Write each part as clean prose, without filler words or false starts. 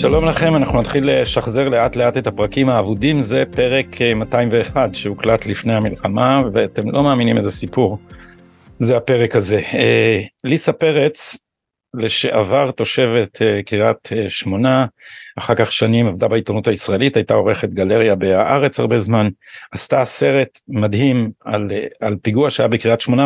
שלום לכם, אנחנו נתחיל לשחזר לאט לאט את הפרקים האבודים. זה פרק 201 שהוקלט לפני המלחמה, ואתם לא מאמינים איזה סיפור זה הפרק הזה. ליסה פרץ, לשעבר תושבת קריית שמונה, אחר כך שנים עבדה בעיתונות הישראלית, הייתה עורכת גלריה בהארץ הרבה זמן, עשתה סרט מדהים על פיגוע שהיה בקריית שמונה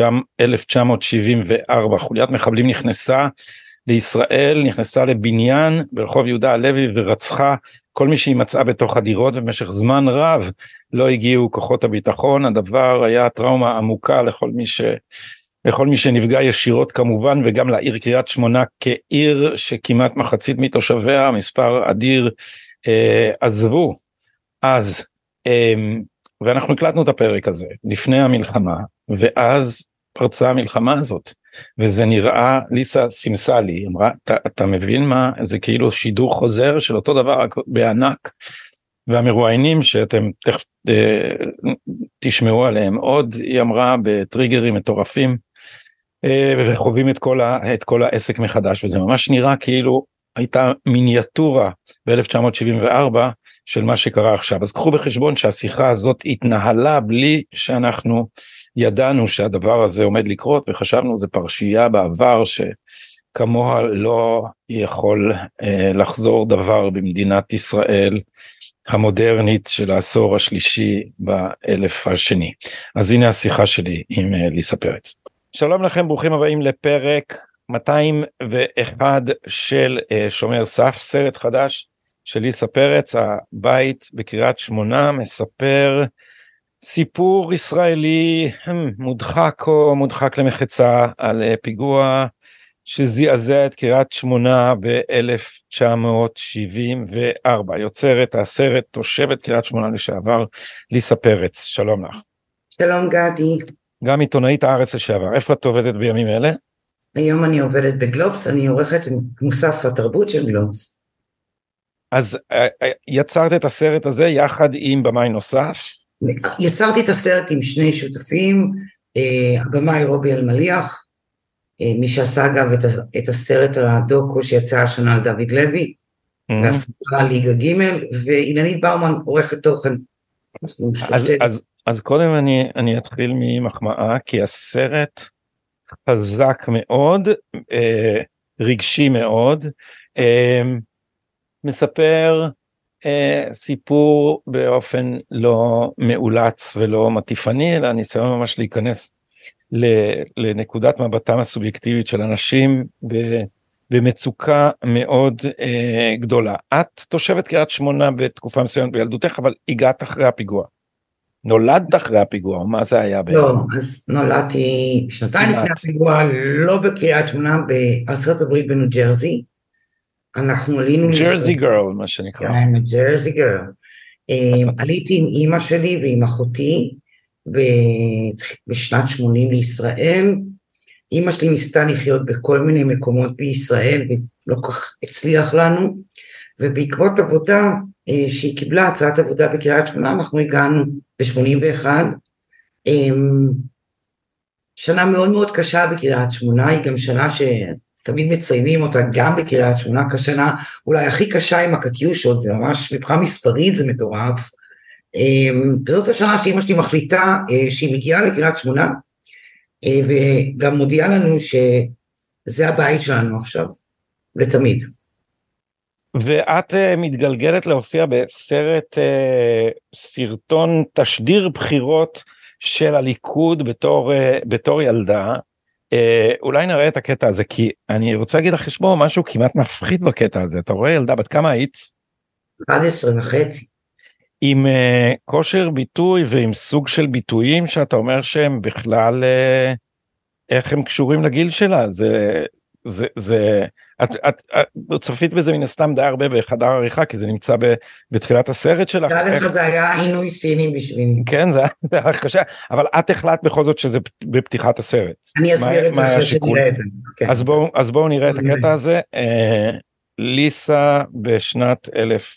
ב-1974, חוליית מחבלים נכנסה לישראל, נכנסה לבניין ברחוב יהודה הלוי ורצחה כל מי שהיא מצאה בתוך הדירות, ובמשך זמן רב לא הגיעו כוחות הביטחון. הדבר היה טראומה עמוקה לכל מי שנפגע ישירות כמובן, וגם לעיר קריית שמונה כעיר שכמעט מחצית מתושביה, מספר אדיר, עזבו אז, ואנחנו הקלטנו את הפרק הזה לפני המלחמה, ואז פרצה המלחמה הזאת, וזה נראה, ליסה סימסה לי, אמרה, אתה מבין מה, זה כאילו שידור חוזר של אותו דבר בענק, והמרואיינים שאתם תכף תשמעו עליהם עוד, היא אמרה בטריגרים מטורפים, וחווים את כל העסק מחדש, וזה ממש נראה כאילו הייתה מיניאטורה ב-1974 של מה שקרה עכשיו. אז קחו בחשבון שהשיחה הזאת התנהלה בלי שאנחנו ידענו שהדבר הזה עומד לקרות, וחשבנו זה פרשייה בעבר שכמוה לא יכול לחזור דבר במדינת ישראל המודרנית של העשור השלישי באלף השני. אז הנה השיחה שלי עם ליסה פרץ. שלום לכם, ברוכים הבאים לפרק 201 של שומר סף, סרט חדש של ליסה פרץ. הבית בקריית שמונה מספר סיפור ישראלי מודחק או מודחק למחצה על פיגוע שזעזע את קריית שמונה ב-1974. יוצרת הסרט תושבת קריית שמונה לשעבר ליסה פרץ, שלום לך. שלום גדי. גם עיתונאית הארץ לשעבר. איפה את עובדת בימים אלה? היום אני עובדת בגלובס, אני עורכת מוסף התרבות של גלובס. אז יצרת את הסרט הזה יחד עם במאי נוסף? יצרתי את הסרט עם שני שותפים, הבמאי רובי אלמליח, מי שעשה אגב את הסרט הדוקו שיצא השנה על דוד לוי, והסדרה ליגה ג', ואילנית באומן עורכת תוכן. אז קודם אני אתחיל ממחמאה, כי הסרט חזק מאוד, רגשי מאוד, מספר סיפור באופן לא מאולץ ולא מטיפני, אלא ניסיון ממש להיכנס לנקודת מבטם הסובייקטיבית של אנשים במצוקה מאוד גדולה. את תושבת קריית שמונה בתקופה מסוימת בילדותך, אבל הגעת אחרי הפיגוע. נולדת אחרי הפיגוע, מה זה היה? לא, אז נולדתי שנתיים לפני הפיגוע, לא בקריית שמונה, בארצות הברית בניו ג'רזי. אנחנו עלינו... ג'רזי גרל, מה שנקרא. כן, ג'רזי גרל. עליתי עם אמא שלי ועם אחותי בשנת 80 לישראל. אמא שלי ניסתה לחיות בכל מיני מקומות בישראל, ולא כך הצליח לנו, ובעקבות עבודה שהיא קיבלה, הצעת עבודה בקריית שמונה, אנחנו הגענו ב-81, שנה מאוד מאוד קשה בקריית שמונה, היא גם שנה שתמיד מציינים אותה גם בקריית שמונה, כשנה אולי הכי קשה עם הקטיושות, זה ממש מבחינה מספרית זה מטורף, וזאת השנה שאמא שלי מחליטה שהיא מגיעה לקריית שמונה, וגם מודיעה לנו שזה הבית שלנו עכשיו, לתמיד. ואת מתגלגלת להופיע בסרט, סרטון תשדיר בחירות של הליכוד בתור ילדה. אולי נראה את הקטע הזה, כי אני רוצה להגיד לך, יש בו משהו כמעט מפחיד בקטע הזה. אתה רואה ילדה, בת כמה היית? 11.5. עם כושר ביטוי ועם סוג של ביטויים שאתה אומר שהם בכלל, איך הם קשורים לגיל שלה. את צפית בזה מן הסתם די הרבה בחדר עריכה, כי זה נמצא בתחילת הסרט שלך. זה היה עינוי סיני בשבילי. כן, זה היה קשה, אבל את החלטת בכל זאת שזה בפתיחת הסרט. אני אסביר את זה אחרי שנראה את זה. אז בואו נראה את הקטע הזה. ליסה בשנת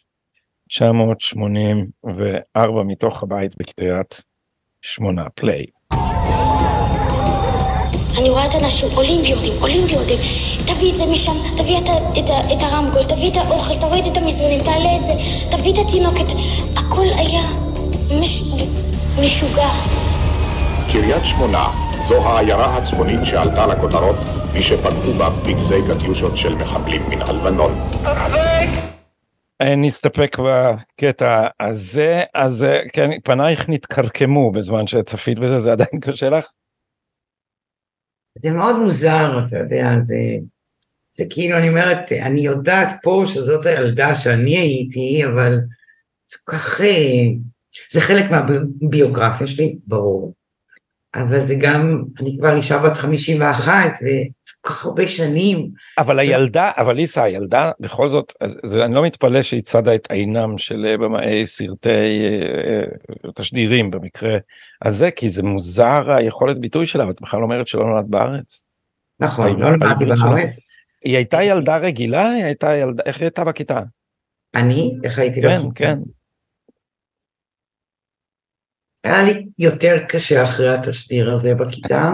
1984 מתוך הבית בקריית שמונה, פליי. אני רואה את האנשים עולים ויורדים, תביא את זה משם, תביא את הרמקול, תביא את האוכל, תוריד את המזמונים, תעלה את זה, תביא את התינוקת, הכל היה משוגע. קריית שמונה, זו העיירה הצפונית שעלתה לכותרות מי שפגעו בה פגזי קטיושות של מחבלים מן הלבנון. נסתפק בקטע הזה, אז כן, פנייך נתקרקמו בזמן שצפית בזה, זה עדיין קשה לך? זה מאוד מוזר, אתה יודע, זה כאילו, אני אומרת, אני יודעת פה שזאת הילדה שאני הייתי, אבל זה כך, זה חלק מהביוגרפיה שלי, ברור. אבל זה גם, אני כבר אישה בת 51, וזה כל כך הרבה שנים. אבל הילדה, אבל ליסה, הילדה, בכל זאת, אני לא מתפלא שהיא צדה את עינם של במאי סרטי תשדירים במקרה הזה, כי זה מוזר היכולת ביטוי שלה, ואת בכלל אומרת שלא נולד בארץ. נכון, לא נולדתי בארץ. היא הייתה ילדה רגילה, איך היא הייתה בכיתה? אני? איך הייתי בכיתה? כן, כן. היה לי יותר קשה אחרי התשדיר הזה בכיתה.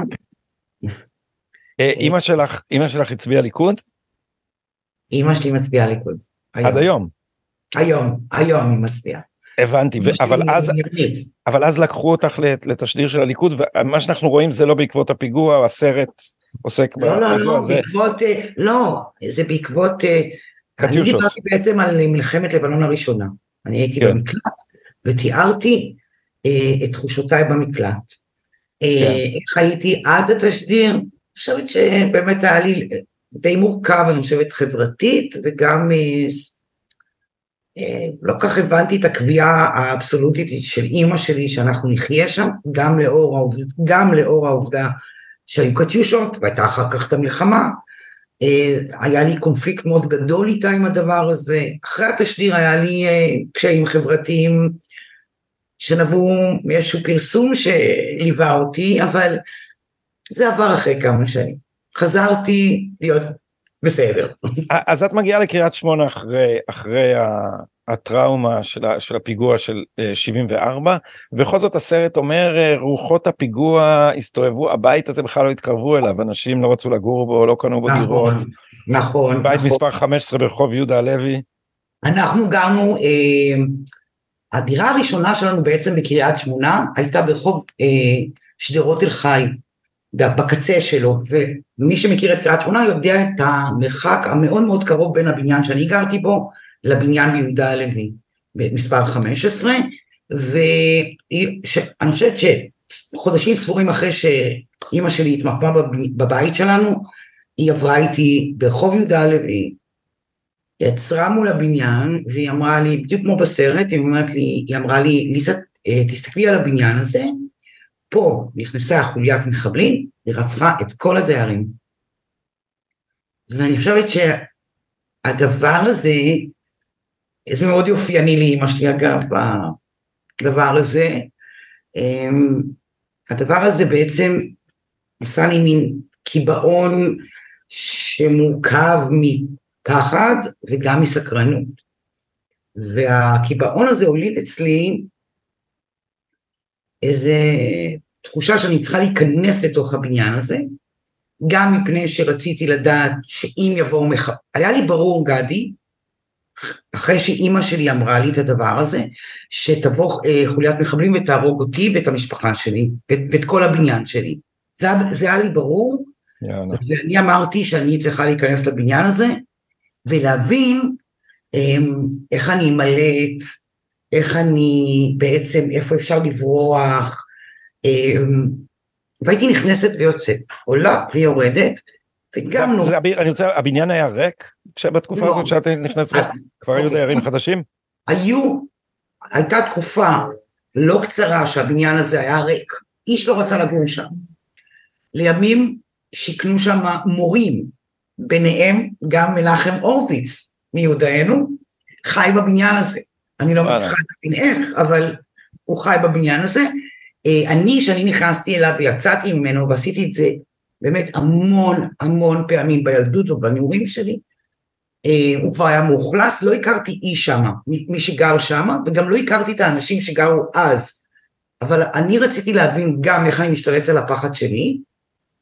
אמא שלך הצביעה ליכוד? אמא שלי מצביעה ליכוד. עד היום? היום היא מצביעה. הבנתי, אבל אז לקחו אותך לתשדיר של הליכוד, ומה שאנחנו רואים זה לא בעקבות הפיגוע, הסרט עוסק בפיגוע הזה. לא, זה בעקבות, אני דיברתי בעצם על מלחמת לבנון הראשונה. אני הייתי במקלט, ותיארתי את תחושותיי במקלט. איך הייתי עד התשדיר, אני חושבת שבאמת היה לי די מורכב, אני חושבת חברתית, וגם לא כך הבנתי את הקביעה האבסולוטית של אמא שלי, שאנחנו נחיה שם, גם לאור העובדה שהיו קטיושות, והייתה אחר כך את המלחמה, היה לי קונפליקט מאוד גדול איתה עם הדבר הזה, אחרי התשדיר היה לי קשיים חברתיים, שנבעו מאיזשהו פרסום שליווה אותי, אבל זה עבר אחרי כמה שנים. חזרתי להיות בסדר. אז את מגיעה לקריית שמונה אחרי הטראומה של הפיגוע של 74, ובכל זאת הסרט אומר, רוחות הפיגוע הסתובבו, הבית הזה בכלל לא התקרבו אליו, אנשים לא רצו לגור בו, לא קנו בו דירות. נכון. בית מספר 15 ברחוב יהודה הלוי. אנחנו גרנו, הדירה הראשונה שלנו בעצם בקריית שמונה, הייתה ברחוב שדרות תל חי, בקצה שלו, ומי שמכיר את קריית שמונה יודע את המרחק המאוד מאוד קרוב בין הבניין שאני גרתי בו, לבניין ביהודה הלוי, מספר 15, ואני חושבת שחודשים ספורים אחרי שאימא שלי התמקמה בבית שלנו, היא עברה איתי ברחוב יהודה הלוי, היא עצרה מול הבניין, והיא אמרה לי, בדיוק כמו בסרט, היא אמרה לי, ליסה, תסתכלי על הבניין הזה, פה נכנסה חוליית מחבלים, היא רצחה את כל הדיירים. ואני חושבת שהדבר הזה, זה מאוד יופייני לי, אמא שלי אגב, הדבר הזה, הדבר הזה בעצם עשה לי מין קיבעון שמורכב מפחד וגם מסקרנות. והקיבעון הזה הוליד אצלי איזה תחושה שאני צריכה להיכנס לתוך הבניין הזה, גם מפני שרציתי לדעת שאם יבואו היה לי ברור גדי, אחרי שאימא שלי אמרה לי את הדבר הזה, שתבוא חוליית מחבלים ותהרוג אותי ואת המשפחה שלי, ואת כל הבניין שלי. זה היה לי ברור, ואני אמרתי שאני צריכה להיכנס לבניין הזה, ולהבין איך אני אמלט, איך אני בעצם, איפה אפשר לברוח, והייתי נכנסת ויוצאת, עולה ויורדת, וגם אני רוצה, הבניין היה ריק, בתקופה הזאת שאת נכנסת, כבר היו דיירים חדשים? הייתה תקופה לא קצרה שהבניין הזה היה ריק, איש לא רצה לגור שם, לימים שיקנו שם מורים, ביניהם גם מנחם הורוביץ, מיודענו, חי בבניין הזה, אני לא מצליחה להבין איך, אבל הוא חי בבניין הזה, שאני נכנסתי אליו ויצאתי ממנו, ועשיתי את זה באמת המון פעמים בילדות ובנעורים שלי, הוא כבר היה מאוכלס, לא הכרתי איש שם, מי שגר שם, וגם לא הכרתי את האנשים שגרו אז, אבל אני רציתי להבין גם איך אני משתלט על הפחד שלי,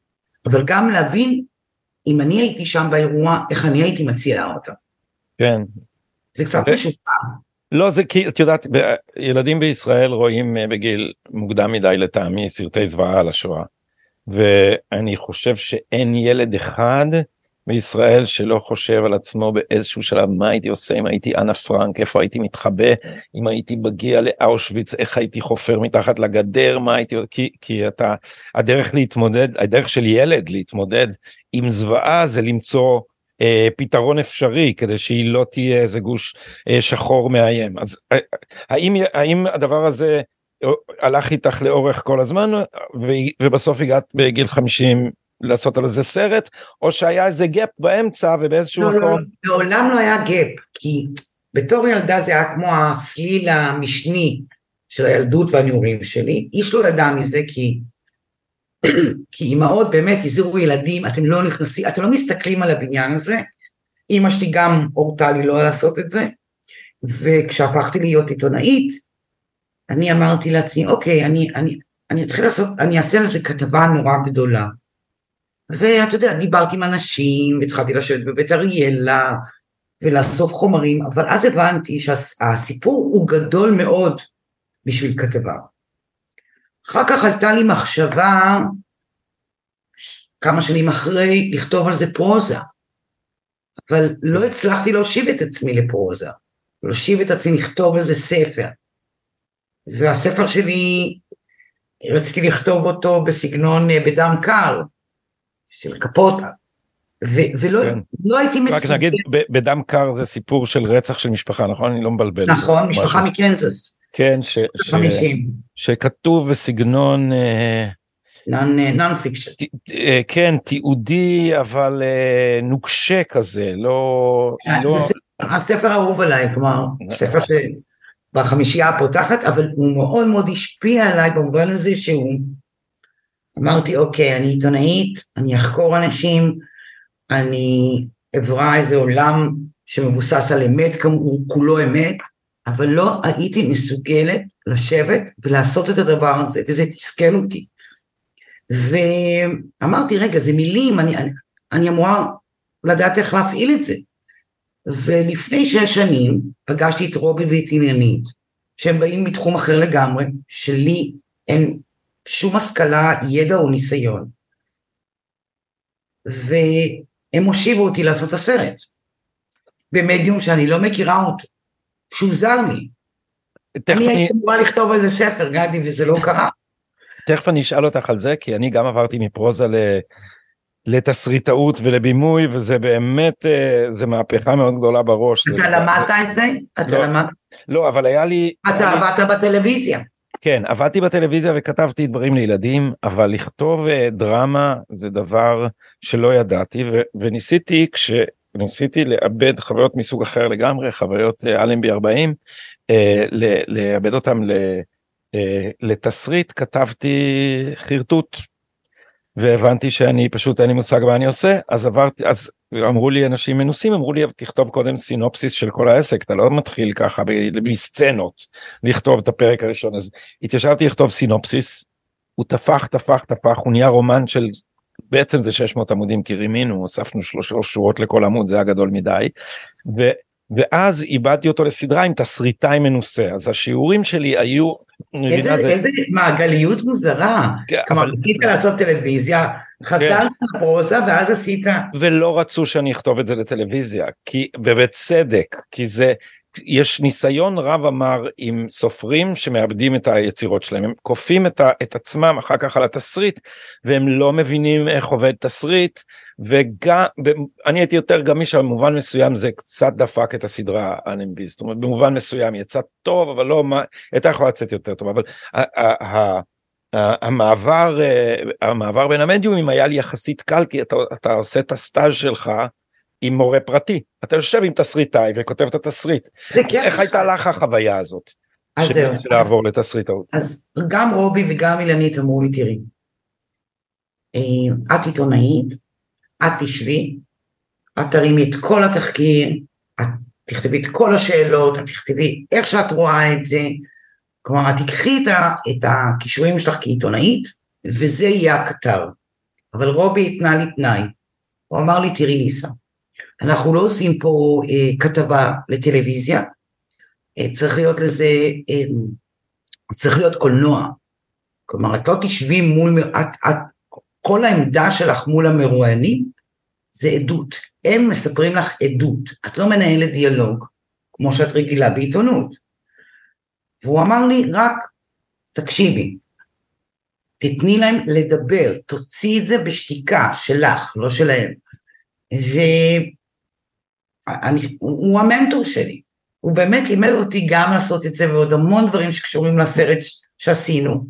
אבל גם להבין, אם אני הייתי שם באירוע, איך אני הייתי מציעה אותה. כן. זה קצת משופע. לא, זה כי, את יודעת, ילדים בישראל רואים בגיל מוקדם מדי לטעמי סרטי זוועה על השואה, ואני חושב שאין ילד אחד בישראל שלא חושב על עצמו באיזשהו שלב, מה הייתי עושה אם הייתי אנה פרנק, איפה הייתי מתחבא, אם הייתי מגיע לאושוויץ, איך הייתי חופר מתחת לגדר, מה הייתי, כי אתה, הדרך להתמודד, הדרך של ילד להתמודד עם זוועה זה למצוא פתרון אפשרי, כדי שהיא לא תהיה איזה גוש שחור מאיים. אז האם הדבר הזה הלך איתך לאורך כל הזמן, ובסוף הגעת בגיל 50 לעשות על זה סרט, או שהיה איזה גאפ באמצע ובאיזשהו מקום? לא, לעולם לא היה גאפ, כי בתור ילדה זה היה כמו הסליל המשני של הילדות והנעורים שלי, איש לא ידע מזה, כי אמאות באמת הזהירו ילדים, אתם לא נכנסים, אתם לא מסתכלים על הבניין הזה, אמא שלי גם הורתה לי לא לעשות את זה, וכשהפכתי להיות עיתונאית, אני אמרתי לעצמי, אוקיי, אני אתחיל לעשות, אני אעשה על זה כתבה נורא גדולה, ואתה יודע, דיברתי עם אנשים, התחלתי לשבת בבית אריאלה, ולאסוף חומרים, אבל אז הבנתי שהסיפור הוא גדול מאוד בשביל כתבה. אחר כך הייתה לי מחשבה, כמה שנים אחרי, לכתוב על זה פרוזה, אבל לא הצלחתי להושיב את עצמי לפרוזה, להושיב את עצמי לכתוב איזה ספר, והספר שלי, רציתי לכתוב אותו בסגנון בדם קר, של קפוטה, ולא לא הייתי מסוגל. רק נגיד, בדם קר זה סיפור של רצח של משפחה, נכון? אני לא מבלבל. נכון, משפחה מקנזס. כן, שכתוב בסגנון נון פיקשן. כן, תיעודי, אבל נוקשה כזה, לא... הספר האהוב עליי, כלומר, ספר שבחמישייה הפותחת, אבל הוא מאוד מאוד השפיע עליי במובן הזה שהוא, אמרתי, אוקיי, אני עיתונאית, אני אחקור אנשים, אני אברא איזה עולם שמבוסס על אמת, הוא כולו אמת, אבל לא הייתי מסוגלת לשבת ולעשות את הדבר הזה, וזה תסכל אותי. ואמרתי, רגע, זה מילים, אני אמורה לדעת איך להפעיל את זה. ולפני 6 שנים, פגשתי את רובי ואת עניינית, שהם באים מתחום אחר לגמרי, שלי אין שום השכלה, ידע או ניסיון. והם הושיבו אותי לעשות את הסרט, במדיום שאני לא מכירה אותו. שהוא זר לי. אני הייתי אמורה לכתוב על זה ספר, גדי, וזה לא קרה. תכף אני אשאל אותך על זה, כי אני גם עברתי מפרוזה לתסריטאות ולבימוי, וזה באמת, זה מהפכה מאוד גדולה בראש. אתה למדת את זה? אתה למדת? לא, אבל היה לי... אתה עבדת בטלוויזיה. כן, עבדתי בטלוויזיה וכתבתי דברים לילדים, אבל לכתוב דרמה זה דבר שלא ידעתי, וניסיתי ניסיתי לאבד חוויות מסוג אחר לגמרי, חוויות אלנבי 40, לאבד אותם לתסריט, כתבתי חרטוט, והבנתי שאני פשוט אין לי מושג מה אני עושה, אז אמרו לי אנשים מנוסים, אמרו לי תכתוב קודם סינופסיס של כל העסק, אתה לא מתחיל ככה בסצנות, לכתוב את הפרק הראשון, אז התיישבתי לכתוב סינופסיס, הוא תפח, הוא נהיה רומן של, בעצם זה 600 עמודים כי רימינו, הוספנו 3 שורות לכל עמוד, זה היה גדול מדי, ואז איבדתי אותו לסדרה עם תסריטאי מנוסה, אז השיעורים שלי היו... איזה מעגליות מוזרה, כלומר רצית לעשות טלוויזיה, חזרת לפרוזה ואז עשית... ולא רצו שאני אכתוב את זה לטלוויזיה, ובצדק, כי זה... יש ניסיון רב אמר עם סופרים שמאבדים את היצירות שלהם, הם קופים את עצמם אחר כך על התסריט, והם לא מבינים איך עובד תסריט, וגם, אני הייתי יותר גמיש, במובן מסוים זה קצת דפק את הסדרה אלנבי, זאת אומרת במובן מסוים יצא טוב, אבל לא, הייתה יכולה לצאת יותר טוב, אבל המעבר בין המדיומים היה לי יחסית קל, כי אתה עושה את הסטאז' שלך, עם מורה פרטי, אתה יושב עם תסריטאי וכותב את התסריט, איך הייתה לך החוויה הזאת, של לעבור לתסריטאות? אז גם רובי וגם אילנית אמרו לי, תראי, את עיתונאית, את תשבי, את תרימי את כל התחקיר, את תכתבי את כל השאלות, את תכתבי איך שאת רואה את זה, כלומר, את תקחי את הכישורים שלך כעיתונאית, וזה יהיה הכתר. אבל רובי התנה לי תנאי, הוא אמר לי, תראי ניסה, אנחנו לא עושים פה כתבה לטלוויזיה, צריך להיות לזה, צריך להיות קולנוע, כלומר, את לא תשבי מול, כל העמדה שלך מול המרואיינים, זה עדות, הם מספרים לך עדות, את לא מנהלת דיאלוג, כמו שאת רגילה בעיתונות, והוא אמר לי, רק תקשיבי, תתני להם לדבר, תוציא את זה בשתיקה שלך, לא שלהם, והוא המנטור שלי, הוא באמת לימד אותי גם לעשות את זה, ועוד המון דברים שקשורים לסרט שעשינו,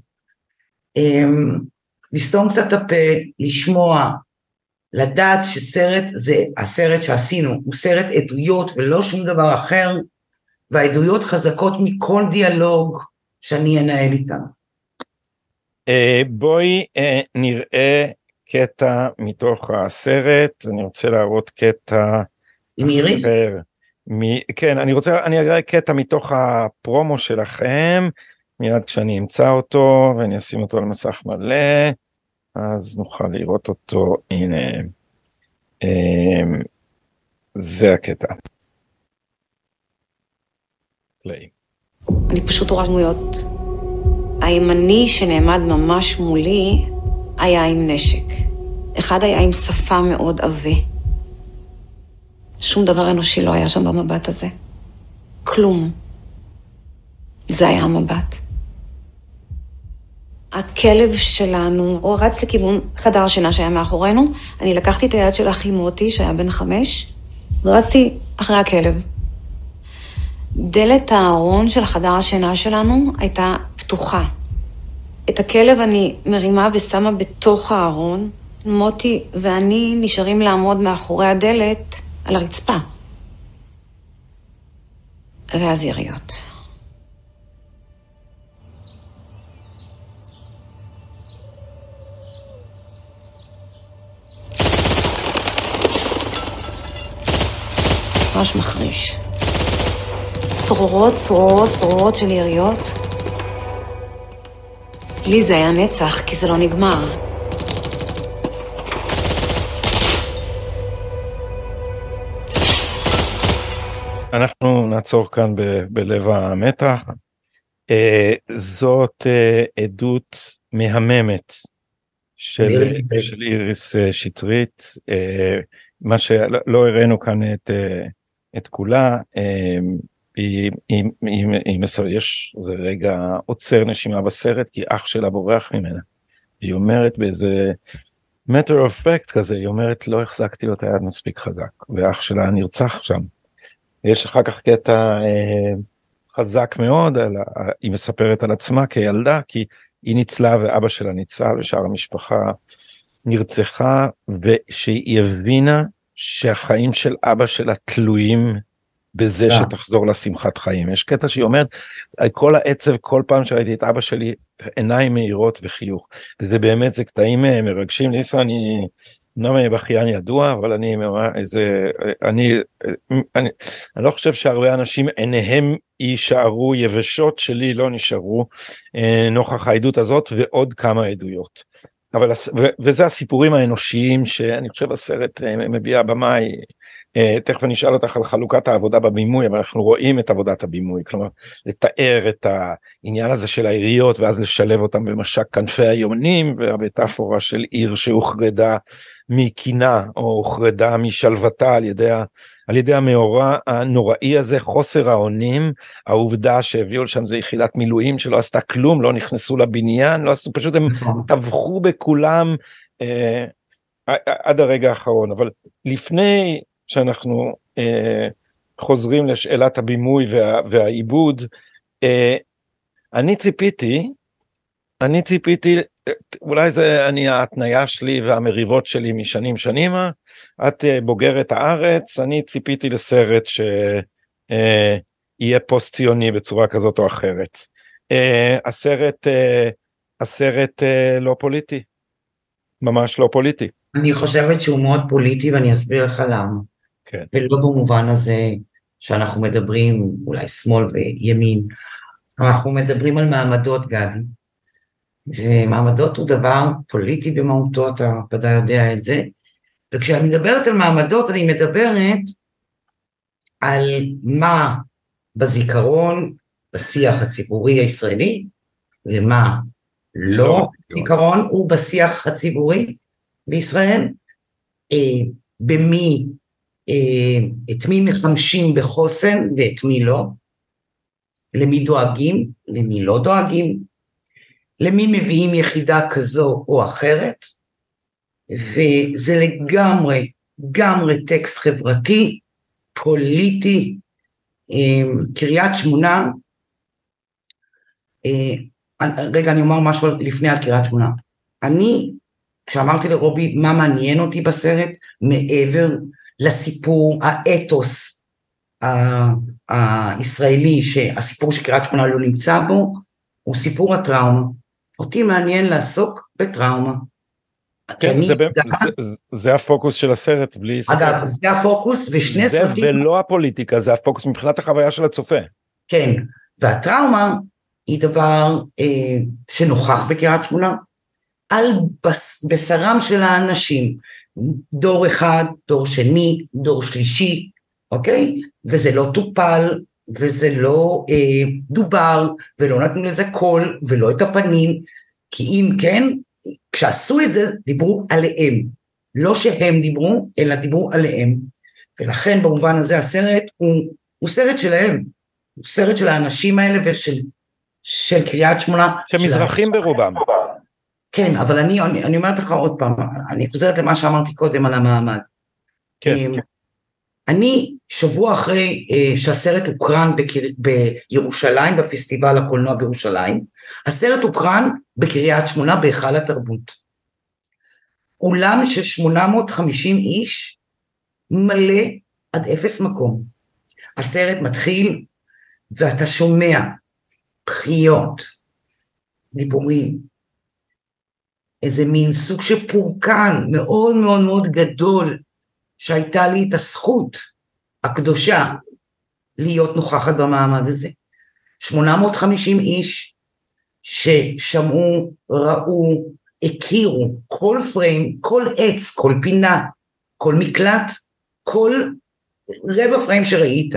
לסתום קצת את הפה, לשמוע, לדעת שסרט זה הסרט שעשינו, הוא סרט עדויות ולא שום דבר אחר, והעדויות חזקות מכל דיאלוג שאני אנהל איתם. בואי נראה קטע מתוך הסרט, אני רוצה להראות קטע עם איריס? כן, אני אראה קטע מתוך הפרומו שלכם, מיד כשאני אמצא אותו ואני אשים אותו על מסך מלא, אז נוכל לראות אותו, הנה, זה הקטע. אני פשוט רואה דמויות. הימני שנעמד ממש מולי היה עם נשק. אחד היה עם שפה מאוד עבה. שום דבר אנושי לא היה שם במבט הזה. כלום. זה היה המבט. הכלב שלנו, הוא רץ לכיוון חדר השינה שהיה מאחורינו, אני לקחתי את היד של אחי מוטי, שהיה בן 5, ורצתי אחרי הכלב. דלת הארון של חדר השינה שלנו הייתה פתוחה. את הכלב אני מרימה ושמה בתוך הארון, מוטי ואני נשארים לעמוד מאחורי הדלת על הרצפה. ואז יריות. ממש מחריש. צרורות של יריות. לי זה היה נצח, כי זה לא נגמר. אנחנו נעצור כאן בלב המתח. זאת עדות מהממת של איריס שטרית, מה שלא הראינו כאן את כולה, זה רגע עוצר נשימה בסרט, כי אח שלה בורח ממנה, היא אומרת באיזה matter of fact כזה, היא אומרת לא החזקתי לו את היד מספיק חזק, ואח שלה נרצח שם. יש אחר כך קטע חזק מאוד, היא מספרת על עצמה כילדה, כי היא ניצלה ואבא שלה ניצל, ושאר המשפחה נרצחה, ושהיא הבינה שהחיים של אבא שלה תלויים בזה שתחזור לשמחת חיים. יש קטע שהיא אומרת, כל העצב, כל פעם שראיתי את אבא שלי, עיניים מהירות וחיוך, וזה באמת, זה קטעים מרגשים. ניסה, אני בכיין ידוע, אבל אני לא חושב שהרבה אנשים עיניהם יישארו יבשות, שלי לא נשארו נוכח העדות הזאת ועוד כמה עדויות. וזה הסיפורים האנושיים שאני חושב הסרט מביע במאי. תכף אני אשאל אותך על חלוקת העבודה בבימוי, אבל אנחנו רואים את עבודת הבימוי, כלומר לתאר את העניין הזה של העיריות ואז לשלב אותם במשק כנפי היונים, והמטאפורה של עיר שהוחרדה מקינה או הוחרדה משלוותה על ידי המאורע הנוראי הזה, חוסר האונים, העובדה שהביאו לשם זה יחידת מילואים שלא עשתה כלום, לא נכנסו לבניין, לא עשו, פשוט הם טבחו בכולם עד הרגע האחרון. אבל לפני שאנחנו חוזרים לשאלת הבימוי והעיבוד, אני ציפיתי, אולי זה ההתניה שלי והמריבות שלי משנים שנימה, את בוגרת הארץ, אני ציפיתי לסרט שיהיה פוסט ציוני בצורה כזאת או אחרת. הסרט לא פוליטי, ממש לא פוליטי. אני חושבת שהוא מאוד פוליטי, ואני אסביר לך למה. כן. ולא במובן הזה שאנחנו מדברים אולי שמאל וימין, אנחנו מדברים על מעמדות, גדי. ומעמדות הוא דבר פוליטי במהותו, אתה ודאי יודע את זה, וכשאני מדברת על מעמדות, אני מדברת על מה בזיכרון, בשיח הציבורי הישראלי, ומה לא זיכרון הוא בשיח הציבורי בישראל, במי, את מי מחמשים בחוסן ואת מי לא, למי דואגים, למי לא דואגים, למי מביאים יחידה כזו או אחרת, וזה לגמרי טקסט חברתי, פוליטי. קריית שמונה, רגע אני אומר משהו לפני על קריית שמונה, אני כשאמרתי לרובי מה מעניין אותי בסרט, מעבר לסיפור האתוס הישראלי, שהסיפור שקריית שמונה לא נמצא בו, הוא סיפור הטראומה. אותי מעניין לעסוק בטראומה. כן, זה הפוקוס של הסרט, בלי ספק. אגב, זה הפוקוס, ושני סרטים... זה ולא הפוליטיקה, זה הפוקוס מבחינת החוויה של הצופה. כן, והטראומה היא דבר שנוכח בקריית שמונה, על בשרם של האנשים, דור אחד, דור שני, דור שלישי, אוקיי? וזה לא טופל, וזה לא דובר, ולא נתנו לזה קול, ולא את הפנים, כי אם כן, כשעשו את זה, דיברו עליהם, לא שהם דיברו, אלא דיברו עליהם, ולכן במובן הזה הסרט הוא סרט שלהם, הוא סרט של האנשים האלה ושל קריית שמונה. שמזרחים ברובם. כן, אבל אני אומרת לך עוד פעם, אני חוזרת למה שאמרתי קודם על המעמד. כן. אני שבוע אחרי שהסרט הוקרן בירושלים, בפסטיבל הקולנוע בירושלים, הסרט הוקרן בקריית שמונה בהיכל התרבות. אולם של 850 איש מלא עד אפס מקום. הסרט מתחיל ואתה שומע בחיות, דיבורים, איזה מין סוג של פורקן מאוד מאוד מאוד גדול, שהייתה לי את הזכות הקדושה להיות נוכחת במעמד הזה. 850 איש ששמעו, ראו, הכירו, כל פריים, כל עץ, כל פינה, כל מקלט, כל רבע פריים שראית.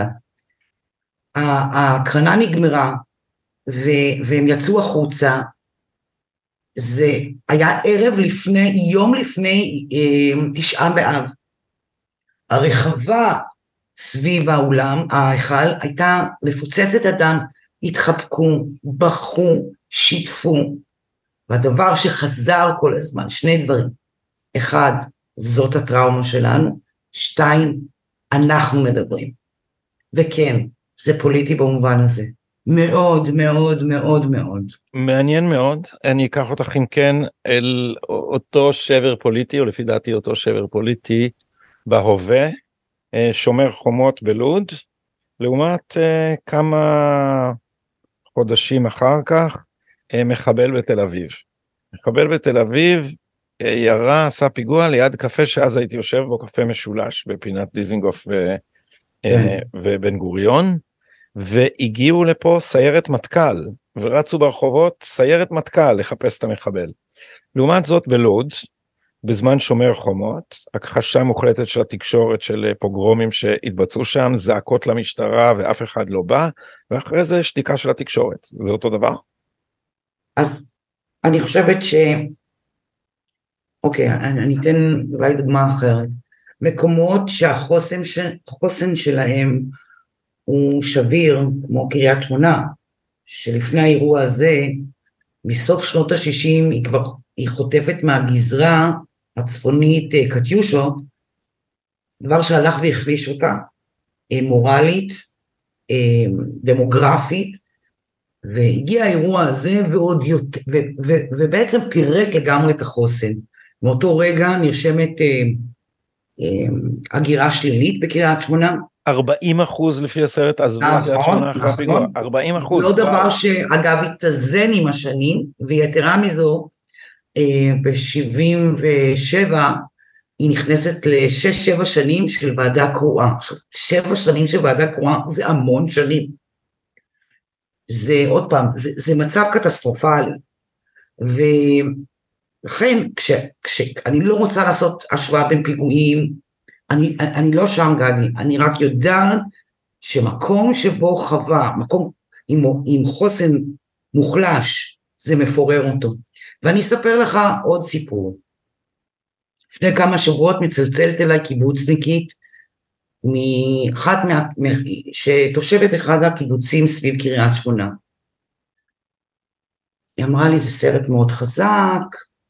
ההקרנה נגמרה, והם יצאו החוצה, זה היה יום לפני 9 באב. הרחבה סביב האולם, ההיכל, הייתה מפוצצת אדם, התחבקו, בכו, שיתפו, והדבר שחזר כל הזמן, 2 דברים, 1, זאת הטראומה שלנו, 2, אנחנו מדברים, וכן, זה פוליטי במובן הזה, מאוד מאוד מאוד מאוד. מעניין מאוד, אני אקח אותך אם כן, אל אותו שבר פוליטי, או לפי דעתי אותו שבר פוליטי, בהווה, שומר חומות בלוד, לעומת כמה חודשים אחר כך, מחבל בתל אביב. מחבל בתל אביב ירה, עשה פיגוע ליד קפה שאז הייתי יושב בו, קפה משולש בפינת דיזינגוף ובן גוריון, והגיעו לפה סיירת מטכ"ל, ורצו ברחובות סיירת מטכ"ל לחפש את המחבל. לעומת זאת בלוד, בזמן שומר חומות, הכחשה מוחלטת של התקשורת של פוגרומים שהתבצעו שם, זעקות למשטרה ואף אחד לא בא, ואחרי זה שתיקה של התקשורת. זה אותו דבר? אז אני חושבת אוקיי, אני אתן אולי דוגמה אחרת. מקומות שהחוסן שלהם הוא שביר, כמו קריית שמונה, שלפני האירוע הזה, מסוף שנות ה-60, היא חוטפת מהגזרה הצפונית קטיושות, דבר שהלך והחליש אותה, מורלית, דמוגרפית, והגיע האירוע הזה ועוד יותר, ובעצם פירק לגמרי את החוסן. מאותו רגע נרשמת הגירה שלילית בקריית שמונה. 40% לפי הסרט עזבו קריית שמונה אחרי הפיגוע, 40%. לא דבר שאגב התאזן עם השנים, ויתרה מזו, ב-77 היא נכנסת ל6-7 שנים של ועדה קרואה. 7 שנים של ועדה קרואה זה המון שנים. זה עוד פעם, זה מצב קטסטרופלי. ולכן, אני לא רוצה לעשות השוואה בין פיגועים, אני לא שם גדי, אני רק יודעת שמקום שבו חווה, מקום עם חוסן מוחלש, זה מפורר אותו. ואני אספר לך עוד סיפור. לפני כמה שבועות מצלצלת אליי קיבוצניקית, שתושבת אחד הקיבוצים סביב קריית שמונה. היא אמרה לי, זה סרט מאוד חזק,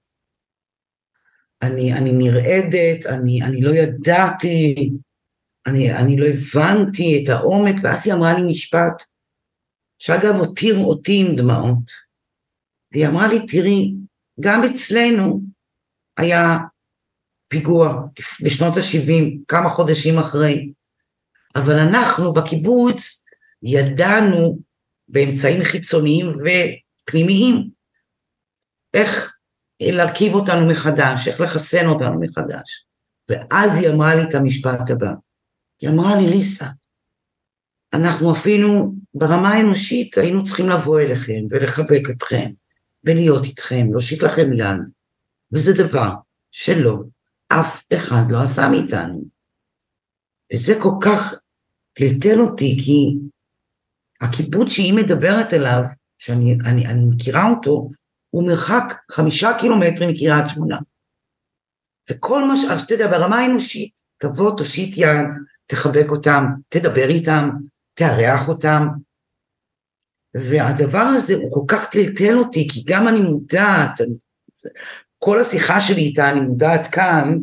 אני נרעדת, אני לא ידעתי, אני לא הבנתי את העומק, ואז היא אמרה לי משפט, שאגב הותיר אותי עם דמעות, והיא אמרה לי, תראי, גם אצלנו היה פיגוע בשנות ה-70, כמה חודשים אחרי, אבל אנחנו בקיבוץ ידענו באמצעים חיצוניים ופנימיים, איך להרכיב אותנו מחדש, איך לחסן אותנו מחדש. ואז היא אמרה לי את המשפט הבא, היא אמרה לי, ליסה, אנחנו אפילו ברמה האנושית היינו צריכים לבוא אליכם ולחבק אתכם ולהיות איתכם, להושיט לכם יד, וזה דבר שלא אף אחד לא עשה מאיתנו. וזה כל כך טלטל אותי, כי הקיבוץ שהיא מדברת עליו, שאני מכירה אותו, הוא מרחק 5 קילומטרים מקריית שמונה. וכל מה שאתה יודע, ברמה האנושית, תבוא, תושיט יד, תחבק אותם, תדבר איתם, תארח אותם, והדבר הזה הוא כל כך טלטל אותי, כי גם אני מודעת, כל השיחה שלי איתה, אני מודעת כאן,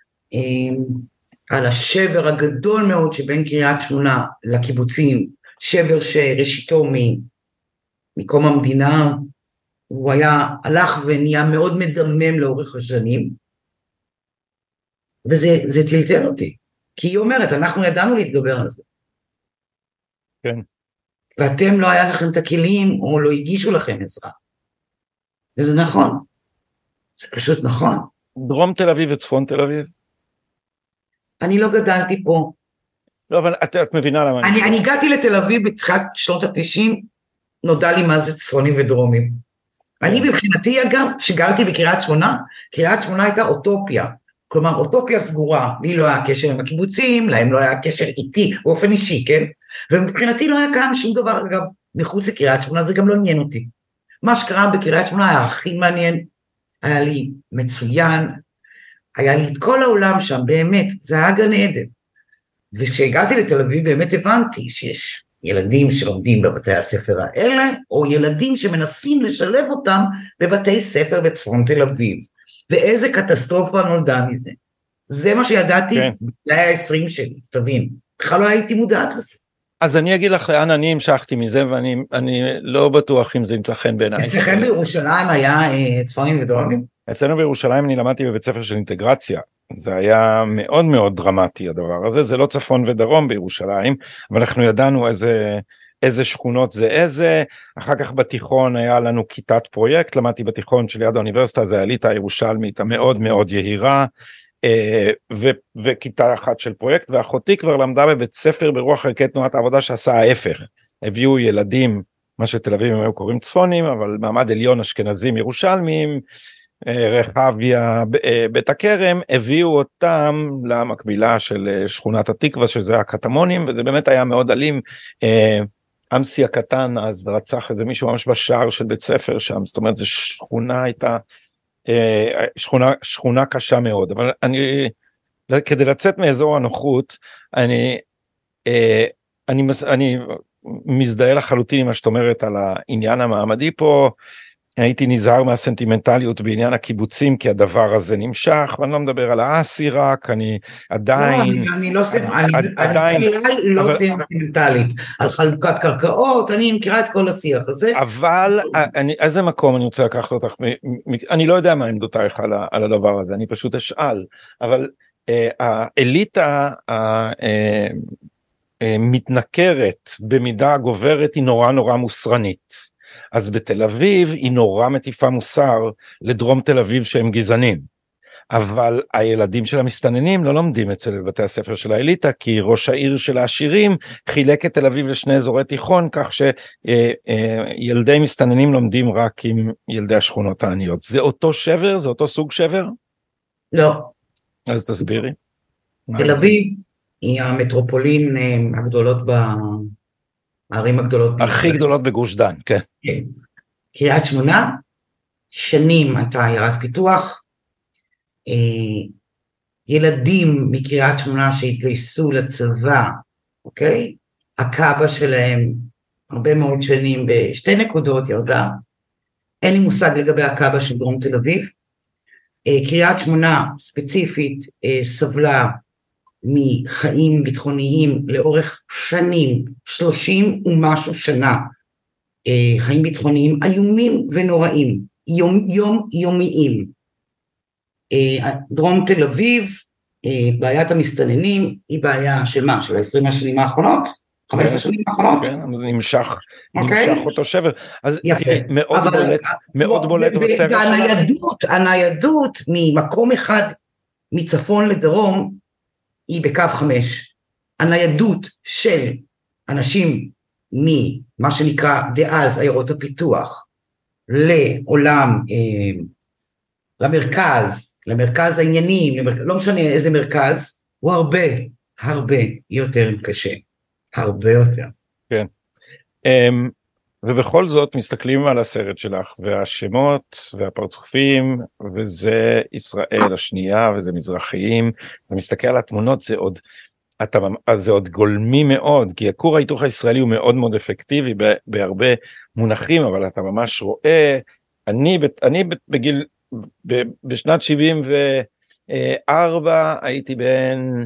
על השבר הגדול מאוד שבין קריית שמונה לקיבוצים, שבר שראשיתו מקום המדינה, הוא הלך ונהיה מאוד מדמם לאורך השנים, וזה טלטל אותי, כי היא אומרת, אנחנו ידענו להתגבר על זה. כן. ואתם לא היה לכם את הכלים, או לא הגישו לכם עזרה. וזה נכון. זה פשוט נכון. דרום תל אביב וצפון תל אביב? אני לא גדלתי פה. לא, אבל את מבינה למה אני הגעתי לתל אביב בתחילת שנות ה-90, נודע לי מה זה צפונים ודרומים. אני מבחינתי אגב, שגרתי בקריית שמונה, קריית שמונה הייתה אוטופיה. כלומר, אוטופיה סגורה, לי לא היה קשר עם הקיבוצים, להם לא היה קשר איתי, באופן אישי, כן? ומבחינתי לא היה קיים שום דבר, אגב, מחוץ לקריית שמונה, זה גם לא עניין אותי. מה שקרה בקריית שמונה היה הכי מעניין, היה לי מצוין, היה לי את כל העולם שם, באמת, זה היה גן עדן. וכשהגעתי לתל אביב, באמת הבנתי שיש ילדים שלומדים בבתי הספר האלה, או ילדים שמנסים לשלב אותם בבתי ספר בצפון תל אביב. ואיזה קטסטרופה נולדה מזה. זה מה שידעתי בגלל ה-20 שלי, תבין. בכלל לא הייתי מודעת לזה. אז אני אגיד לך לאן אני המשכתי מזה, ואני לא בטוח אם זה ימצא חן בעיניי. אצלכם בירושלים היה צפונים ודרומים? אצלנו בירושלים אני למדתי בבית ספר של אינטגרציה. זה היה מאוד מאוד דרמטי הדבר הזה, זה לא צפון ודרום בירושלים, אבל אנחנו ידענו איזה שכונות זה איזה, אחר כך בתיכון היה לנו כיתת פרויקט, למדתי בתיכון שליד האוניברסיטה, זה האליטה הירושלמית המאוד מאוד יהירה, וכיתה אחת של פרויקט, ואחותי כבר למדה בבית ספר ברוח ערכי תנועת העבודה שעשה ההפך, הביאו ילדים, מה שתל אביב הם היו קוראים צפונים, אבל מעמד עליון אשכנזים ירושלמים, רחביה, בית הכרם, הביאו אותם למקבילה של שכונת התקווה, שזה הקטמונים, וזה באמת היה מאוד אלים, אמסי הקטן אז רצח איזה מישהו ממש בשער של בית ספר שם, זאת אומרת, זו שכונה הייתה, שכונה קשה מאוד, אבל כדי לצאת מאזור הנוחות, אני מזדהה לחלוטין עם מה שאת אומרת על העניין המעמדי פה, הייתי נזהר מהסנטימנטליות בעניין הקיבוצים, כי הדבר הזה נמשך, ואני לא מדבר על האסי רק, אני עדיין... אני לא סנטימנטלית, על חלוקת קרקעות, אני מכירה את כל השיח הזה. אבל, איזה מקום אני רוצה לקחת אותך, אני לא יודע מה עמדותייך על הדבר הזה, אני פשוט אשאל, אבל האליטה מתנכרת במידה גוברת, היא נורא נורא מוסרנית. אז בתל אביב היא נורא מטיפה מוסר לדרום תל אביב שהם גזענים. אבל הילדים של המסתננים לא לומדים אצל בתי הספר של האליטה, כי ראש העיר של העשירים חילק את תל אביב לשני אזורי תיכון, כך שילדי מסתננים לומדים רק עם ילדי השכונות העניות. זה אותו שבר? זה אותו סוג שבר? לא. אז תסבירי. תל אביב היא המטרופולין הגדולות הערים הגדולות הכי גדולות בגוש דן, כן. כן. קריית שמונה, שנים הייתה עיירת פיתוח, ילדים מקריית שמונה שהתגייסו לצבא, אוקיי? הקאבה שלהם הרבה מאוד שנים בשתי נקודות ירדה, אין לי מושג לגבי הקאבה של דרום תל אביב, קריית שמונה ספציפית סבלה מחיים ביטחוניים לאורך שנים, 30 ומשהו שנה, חיים ביטחוניים איומים ונוראים, יומיים. דרום תל אביב, בעיית המסתננים, היא בעיה של מה? של 20 השנים האחרונות? 15 שנים האחרונות? כן, נמשך אותו שבר. אז תראי, מאוד בולט בסרט שלנו. הניידות ממקום אחד מצפון לדרום, היא בקו 5. הניידות של אנשים ממה שנקרא דאז עיירות הפיתוח, לעולם, למרכז העניינים, לא משנה איזה מרכז, הוא הרבה יותר קשה. הרבה יותר. כן. ובכל זאת מסתכלים על הסרט שלך, והשמות והפרצופים, וזה ישראל השנייה, וזה מזרחיים, ומסתכל על התמונות, זה עוד גולמי מאוד, כי הכור ההיתוך הישראלי הוא מאוד מאוד אפקטיבי, בהרבה מונחים, אבל אתה ממש רואה, אני בגיל, בשנת 74, הייתי בן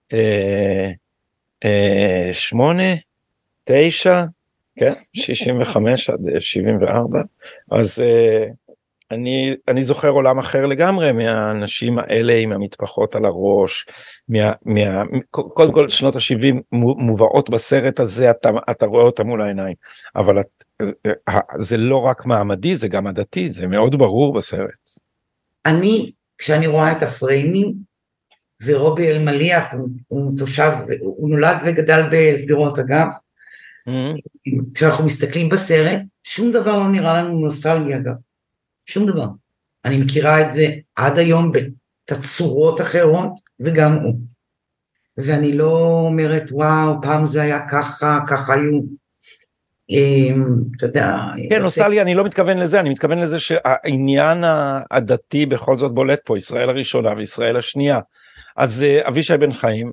8, 9, כן, 65 עד 74, אז אני זוכר עולם אחר לגמרי מהאנשים האלה עם המטפחות על הראש, קודם כל שנות ה-70 מובאות בסרט הזה, אתה רואה אותם מול העיניים, אבל זה לא רק מעמדי, זה גם עדתי, זה מאוד ברור בסרט. כשאני רואה את הפריימים, ורובי אלמליח, הוא תושב, הוא נולד וגדל בסדרות אגב, כשאנחנו מסתכלים בסרט, שום דבר לא נראה לנו נוסטלגיה אגב, שום דבר. אני מכירה את זה עד היום בתצורות אחרות, וגם הוא. ואני לא אומרת, וואו, פעם זה היה ככה היו, אתה יודע. כן, נוסטלגיה, אני לא מתכוון לזה, אני מתכוון לזה שהעניין הדתי בכל זאת בולט פה, ישראל הראשונה וישראל השנייה. אז אבישי בן חיים,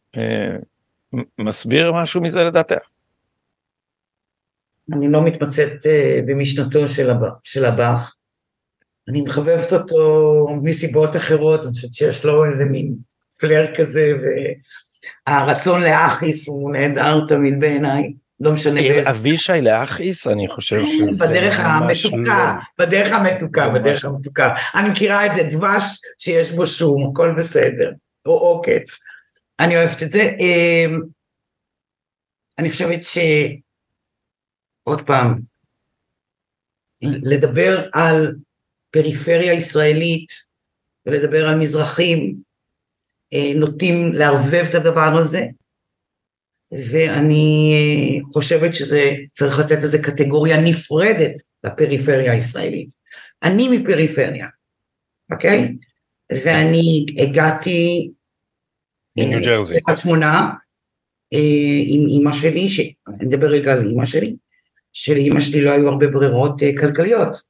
מסביר משהו מזה לדעתך? אני לא מתמצאת במשנתו של הבח, אני מחבבת אותו מסיבות אחרות, אני חושבת שיש לו איזה מין פלר כזה, והרצון לאחיס הוא נהדר תמיד בעיניי, לא משנה באיזה. אבישי לאחיס, אני חושב שזה בדרך המתוקה, אני מכירה את זה, דבש שיש בו שום, הכל בסדר, או עוקץ, אני אוהבת את זה, אני חושבת עוד פעם, לדבר על פריפריה ישראלית, ולדבר על מזרחים, נוטים לערבב את הדבר הזה, ואני חושבת שזה צריך לתת לזה קטגוריה נפרדת לפריפריה הישראלית. אני מפריפריה, אוקיי? ואני הגעתי ניו ג'רזי. שמונה, עם אמא שלי, אני מדבר רגע על אמא שלי, שלאמא שלי לא היו הרבה ברירות כלכליות,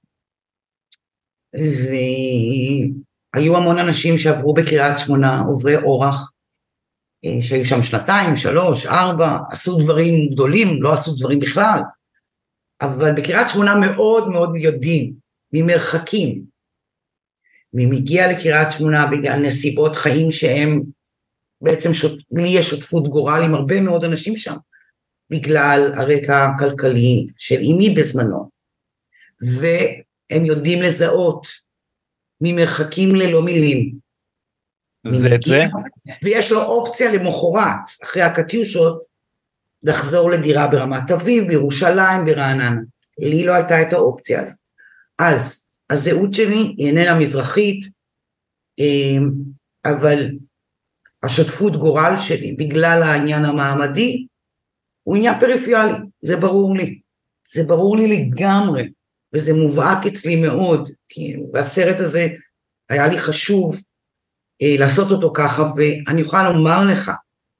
והיו המון אנשים שעברו בקריית שמונה, עוברי אורח, שהיו שם 2, 3, 4, עשו דברים גדולים, לא עשו דברים בכלל, אבל בקריית שמונה מאוד מאוד יודעים, ממרחקים, מגיע לקריית שמונה בגלל נסיבות חיים שהם, בעצם לי יש שותפות גורל עם הרבה מאוד אנשים שם, בגלל הרקע הכלכלי של אמי בזמנו, והם יודעים לזהות ממרחקים ללא מילים. זה את זה? ויש לו אופציה למחרת, אחרי הקטיושות, לחזור לדירה ברמת אביב, בירושלים, ברעננה. לי לא הייתה את האופציה הזאת. אז הזהות שלי היא איננה מזרחית, אבל השותפות גורל שלי, בגלל העניין המעמדי, הוא עניין פריפיאלי, זה ברור לי. זה ברור לי לגמרי, וזה מובהק אצלי מאוד, כי בסרט הזה היה לי חשוב לעשות אותו ככה, ואני יכולה לומר לך,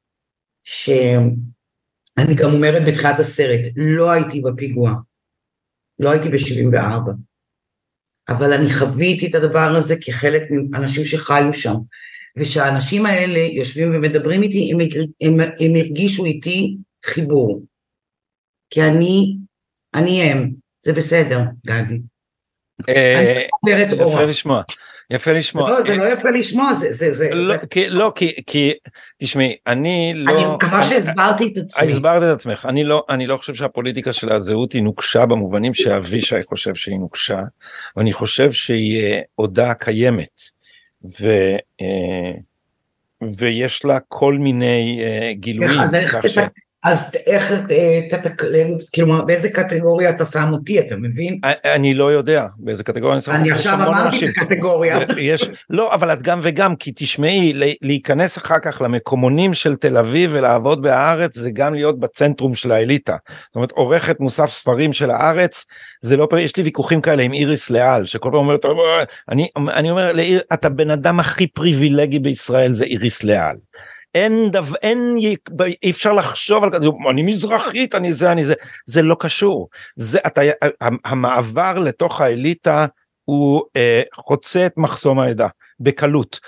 שאני גם אומרת בתחילת הסרט, לא הייתי בפיגוע, לא הייתי ב-74, אבל אני חוויתי את הדבר הזה כחלק מאנשים שחיו שם, ושהאנשים האלה יושבים ומדברים איתי, הם הרגישו איתי חיבור, כי אני הם, זה בסדר, גדי. יפה לשמוע. יפה לשמוע. לא, זה לא יפה לשמוע, לא, כי תשמעי, אני לא... אני מקווה שהסברתי את עצמי. הסברת את עצמך, אני לא חושב שהפוליטיקה של הזהות היא נוקשה במובנים שאבישי חושב שהיא נוקשה, ואני חושב שהיא עודה קיימת, ויש לה כל מיני גילויים. אז איך, כאילו, באיזה קטגוריה אתה שם אותי, אתה מבין? אני לא יודע באיזה קטגוריה אני שם אותי. אני עכשיו אמרתי את הקטגוריה. לא, אבל את גם וגם, כי תשמעי, להיכנס אחר כך למקומונים של תל אביב ולעבוד בהארץ, זה גם להיות בצנטרום של האליטה. זאת אומרת, עורכת מוסף ספרים של הארץ, זה לא, יש לי ויכוחים כאלה עם איריס לאל, שכל פעם אומרת, אני אומר, אתה בן אדם הכי פריבילגי בישראל, זה איריס לאל. אי אפשר לחשוב על, אני מזרחית, אני זה, זה לא קשור, המעבר לתוך האליטה הוא חוצה את מחסום העדה, בקלות,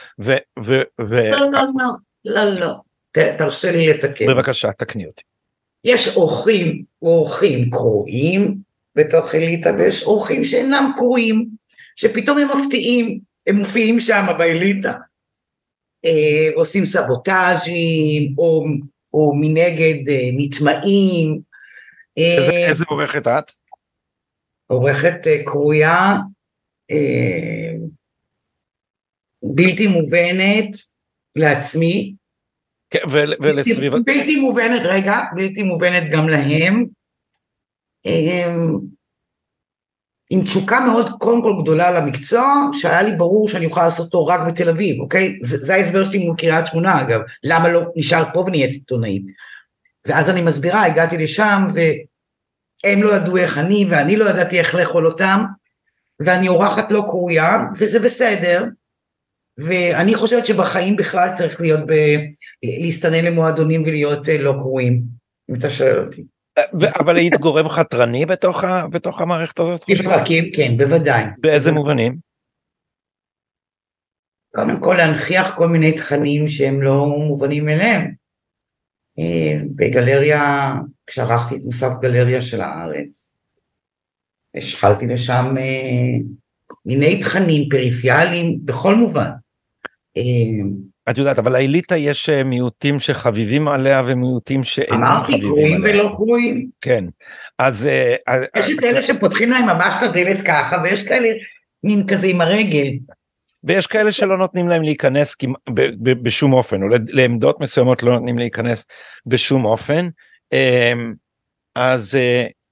לא, תרשה לי לתקן. בבקשה, תקני אותי. יש אורחים קרואים בתוך אליטה, ויש אורחים שאינם קרואים, שפתאום הם מפתיעים, הם מופיעים שם באליטה, עושים סבוטאז'ים, או מנגד נטמעים. איזה עורכת את? עורכת קרויה, בלתי מובנת לעצמי, ולסביבה. בלתי מובנת גם להם, עם תשוקה מאוד קודם כל גדולה למקצוע, שהיה לי ברור שאני אוכל לעשות אותו רק בתל אביב, אוקיי? זה ההסבר שלי מול קריית שמונה, אגב, למה לא נשאר פה ונהייתי עיתונאית. ואז אני מסבירה, הגעתי לשם, והם לא ידעו איך אני, ואני לא ידעתי איך לאכול אותם, ואני אורחת לא קרויה, וזה בסדר, ואני חושבת שבחיים בכלל צריך להיות, להסתנן למועדונים ולהיות לא קרויים, אם אתה שואל אותי. אבל היית גורם חתרני בתוך המערכת הזאת? לפרקים, כן, בוודאי. באיזה מובנים? קודם כל להנכיח כל מיני תכנים שהם לא מובנים אליהם. בגלריה, כשערכתי את מוסף גלריה של הארץ, השחלתי לשם מיני תכנים פריפיאליים בכל מובן. את יודעת, אבל האליטה יש מיעוטים שחביבים עליה ומיעוטים שאינם חביבים עליה. אמרתי, קרואים ולא קרואים. כן, אז... יש את אלה שפותחים להם ממש את הדלת ככה, ויש כאלה מין כזה עם הרגל. ויש כאלה שלא נותנים להם להיכנס בשום אופן, או לעמדות מסוימות לא נותנים להיכנס בשום אופן. אז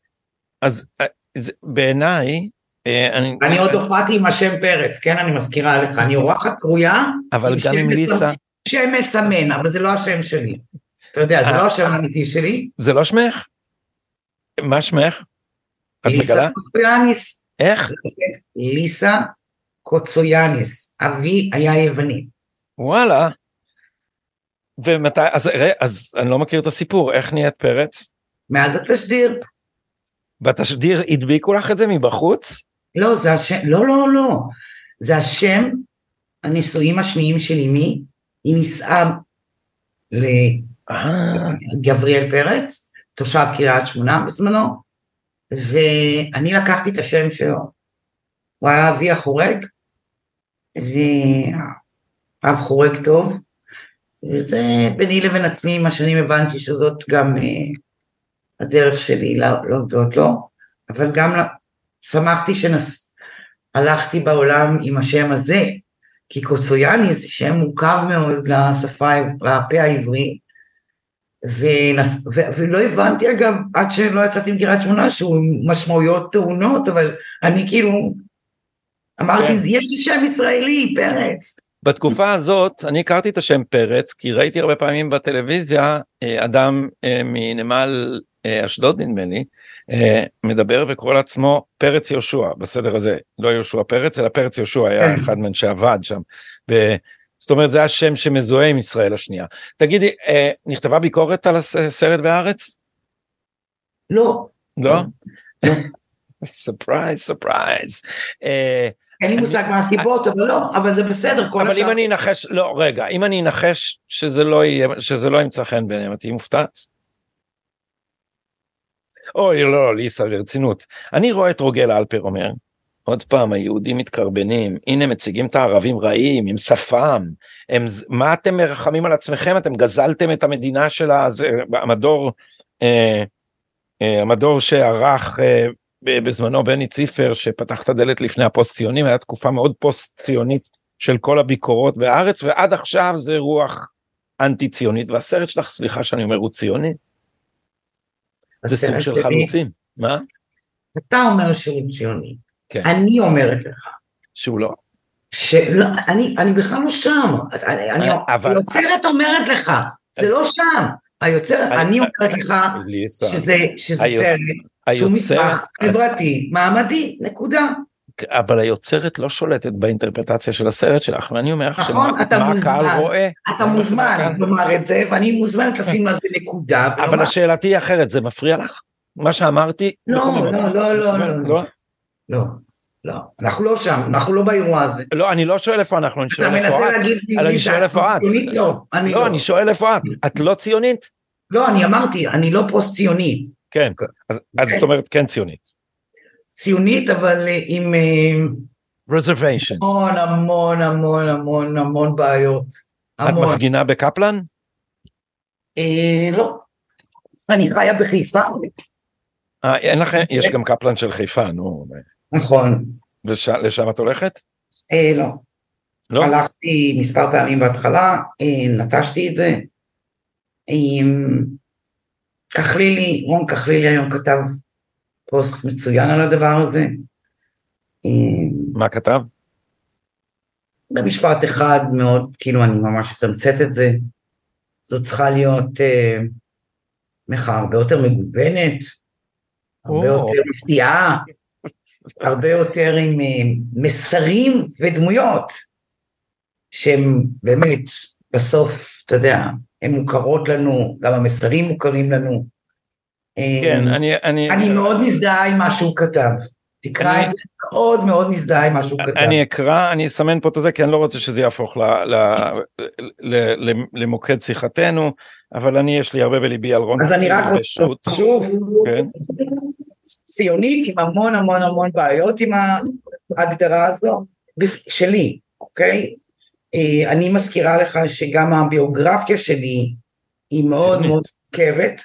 בעיניי, אני עוד הופעתי עם השם פרץ, כן, אני מזכירה לך, אני אורחת קרויה, אבל גם עם ליסה, שם מסמן, אבל זה לא השם שלי, אתה יודע, זה לא השם האמיתי שלי. זה לא שמך? מה שמך? ליסה קוצויאניס. איך? ליסה קוצויאניס, אבי היה יווני. וואלה, ומתי, אז אני לא מכיר את הסיפור, איך נהיית פרץ? מאז התשדיר. בתשדיר הדביקו לך את זה מבחוץ? לא, זה השם, לא, זה השם הנישואים השניים של אמי, היא נישאה לגבריאל פרץ, תושב קריית שמונה בזמנו, ואני לקחתי את השם שלו, הוא היה אבי החורג, ואב חורג טוב, וזה ביני לבין עצמי, מה שאני הבנתי שזאת גם הדרך שלי להודות לו, אבל גם שמחתי שהלכתי בעולם עם השם הזה, כי קוצויאני זה שם מורכב מאוד לשפה, לפה העברי, ולא הבנתי אגב, עד שלא יצאתי עם קריית שמונה, שהוא משמעויות טעונות, אבל אני כאילו, אמרתי, יש לי שם ישראלי, פרץ. בתקופה הזאת אני הכרתי את השם פרץ, כי ראיתי הרבה פעמים בטלוויזיה אדם מנמל אשדוד נדמה לי, מדבר וקורא לעצמו פרץ יהושע, בסדר הזה, לא יהושע פרץ, אלא פרץ יהושע היה אחד מאנשי הוועד שם, זאת אומרת זה השם שמזוהה עם ישראל השנייה. תגידי, נכתבה ביקורת על הסרט בהארץ? לא. לא? סופרייז, סופרייז. אין לי מושג מה הסיבות, אבל לא, אבל זה בסדר. אבל אם אני אנחש, לא, רגע, אם אני אנחש שזה לא ימצא חן ביניהם, תהיי מופתעת? אוי, לא, ליסה, ברצינות. אני רואה את רוגל אלפר אומר, עוד פעם, היהודים מתקרבנים, הנה מציגים את הערבים רעים, עם שפם, מה אתם מרחמים על עצמכם? אתם גזלתם את המדינה של המדור שערך בזמנו בני ציפר, שפתח את הדלת לפני הפוסט-ציונים, הייתה תקופה מאוד פוסט-ציונית של כל הביקורות בארץ, ועד עכשיו זה רוח אנטי-ציונית, והסרט שלך, סליחה שאני אומר, הוא ציוני? זה סוג של חלוצים, מה? אתה אומר שהוא ציוני, כן. אני אומרת לך. שהוא לא. שלא, אני בכלל לא שם, היוצרת אומרת לך, זה לא שם, היוצרת, אני אומרת לך, שזה סרט, שהוא מסמך חברתי, מעמדי, נקודה. אבל היוצרת לא שולטת באינטרפרטציה של הסרט שלך, ואני אומר לך, נכון, מה הקהל רואה? אתה מוזמן לומר את זה, ואני מוזמן לשים על זה נקודה. אבל השאלתי היא אחרת, זה מפריע לך? מה שאמרתי? לא, לא, אנחנו לא שם, אנחנו לא באירוע הזה. לא, אני לא שואל איפה אנחנו, אני שואל איפה את. אתה מנסה להגיד לי, אני שואל איפה את. לא, אני שואל איפה את. את לא ציונית? לא, אני אמרתי, אני לא פוסט ציוני. כן, אז זאת אומרת כן ציונית. ציונית, אבל עם reservation. המון בעיות. את מפגינה בקפלן? לא. אני חיה בחיפה. אין לכם, יש גם קפלן של חיפה, נו. נכון. ולשם את הולכת? לא. לא? הלכתי מספר פעמים בהתחלה, נטשתי את זה. רון כחלילי היום כתב פוסט מצוין על הדבר הזה. מה כתב? במשפט אחד מאוד, כאילו אני ממש אתמצת את זה, זאת צריכה להיות מחאה הרבה יותר מגוונת, הרבה יותר מפתיעה, הרבה יותר עם מסרים ודמויות, שהם באמת בסוף, אתה יודע, הן מוכרות לנו, גם המסרים מוכרים לנו. כן, אני מאוד מזדהה עם מה שהוא כתב. תקרא את זה, מאוד מאוד מזדהה עם מה שהוא כתב. אני אקרא, אני אסמן פה את זה, כי אני לא רוצה שזה יהפוך למוקד שיחתנו, אבל יש לי הרבה בליבי על רון. אז אני רק רוצה שוב, ציונית עם המון בעיות עם ההגדרה הזו, שלי, אוקיי? אני מזכירה לך שגם הביוגרפיה שלי היא מאוד מאוד מורכבת,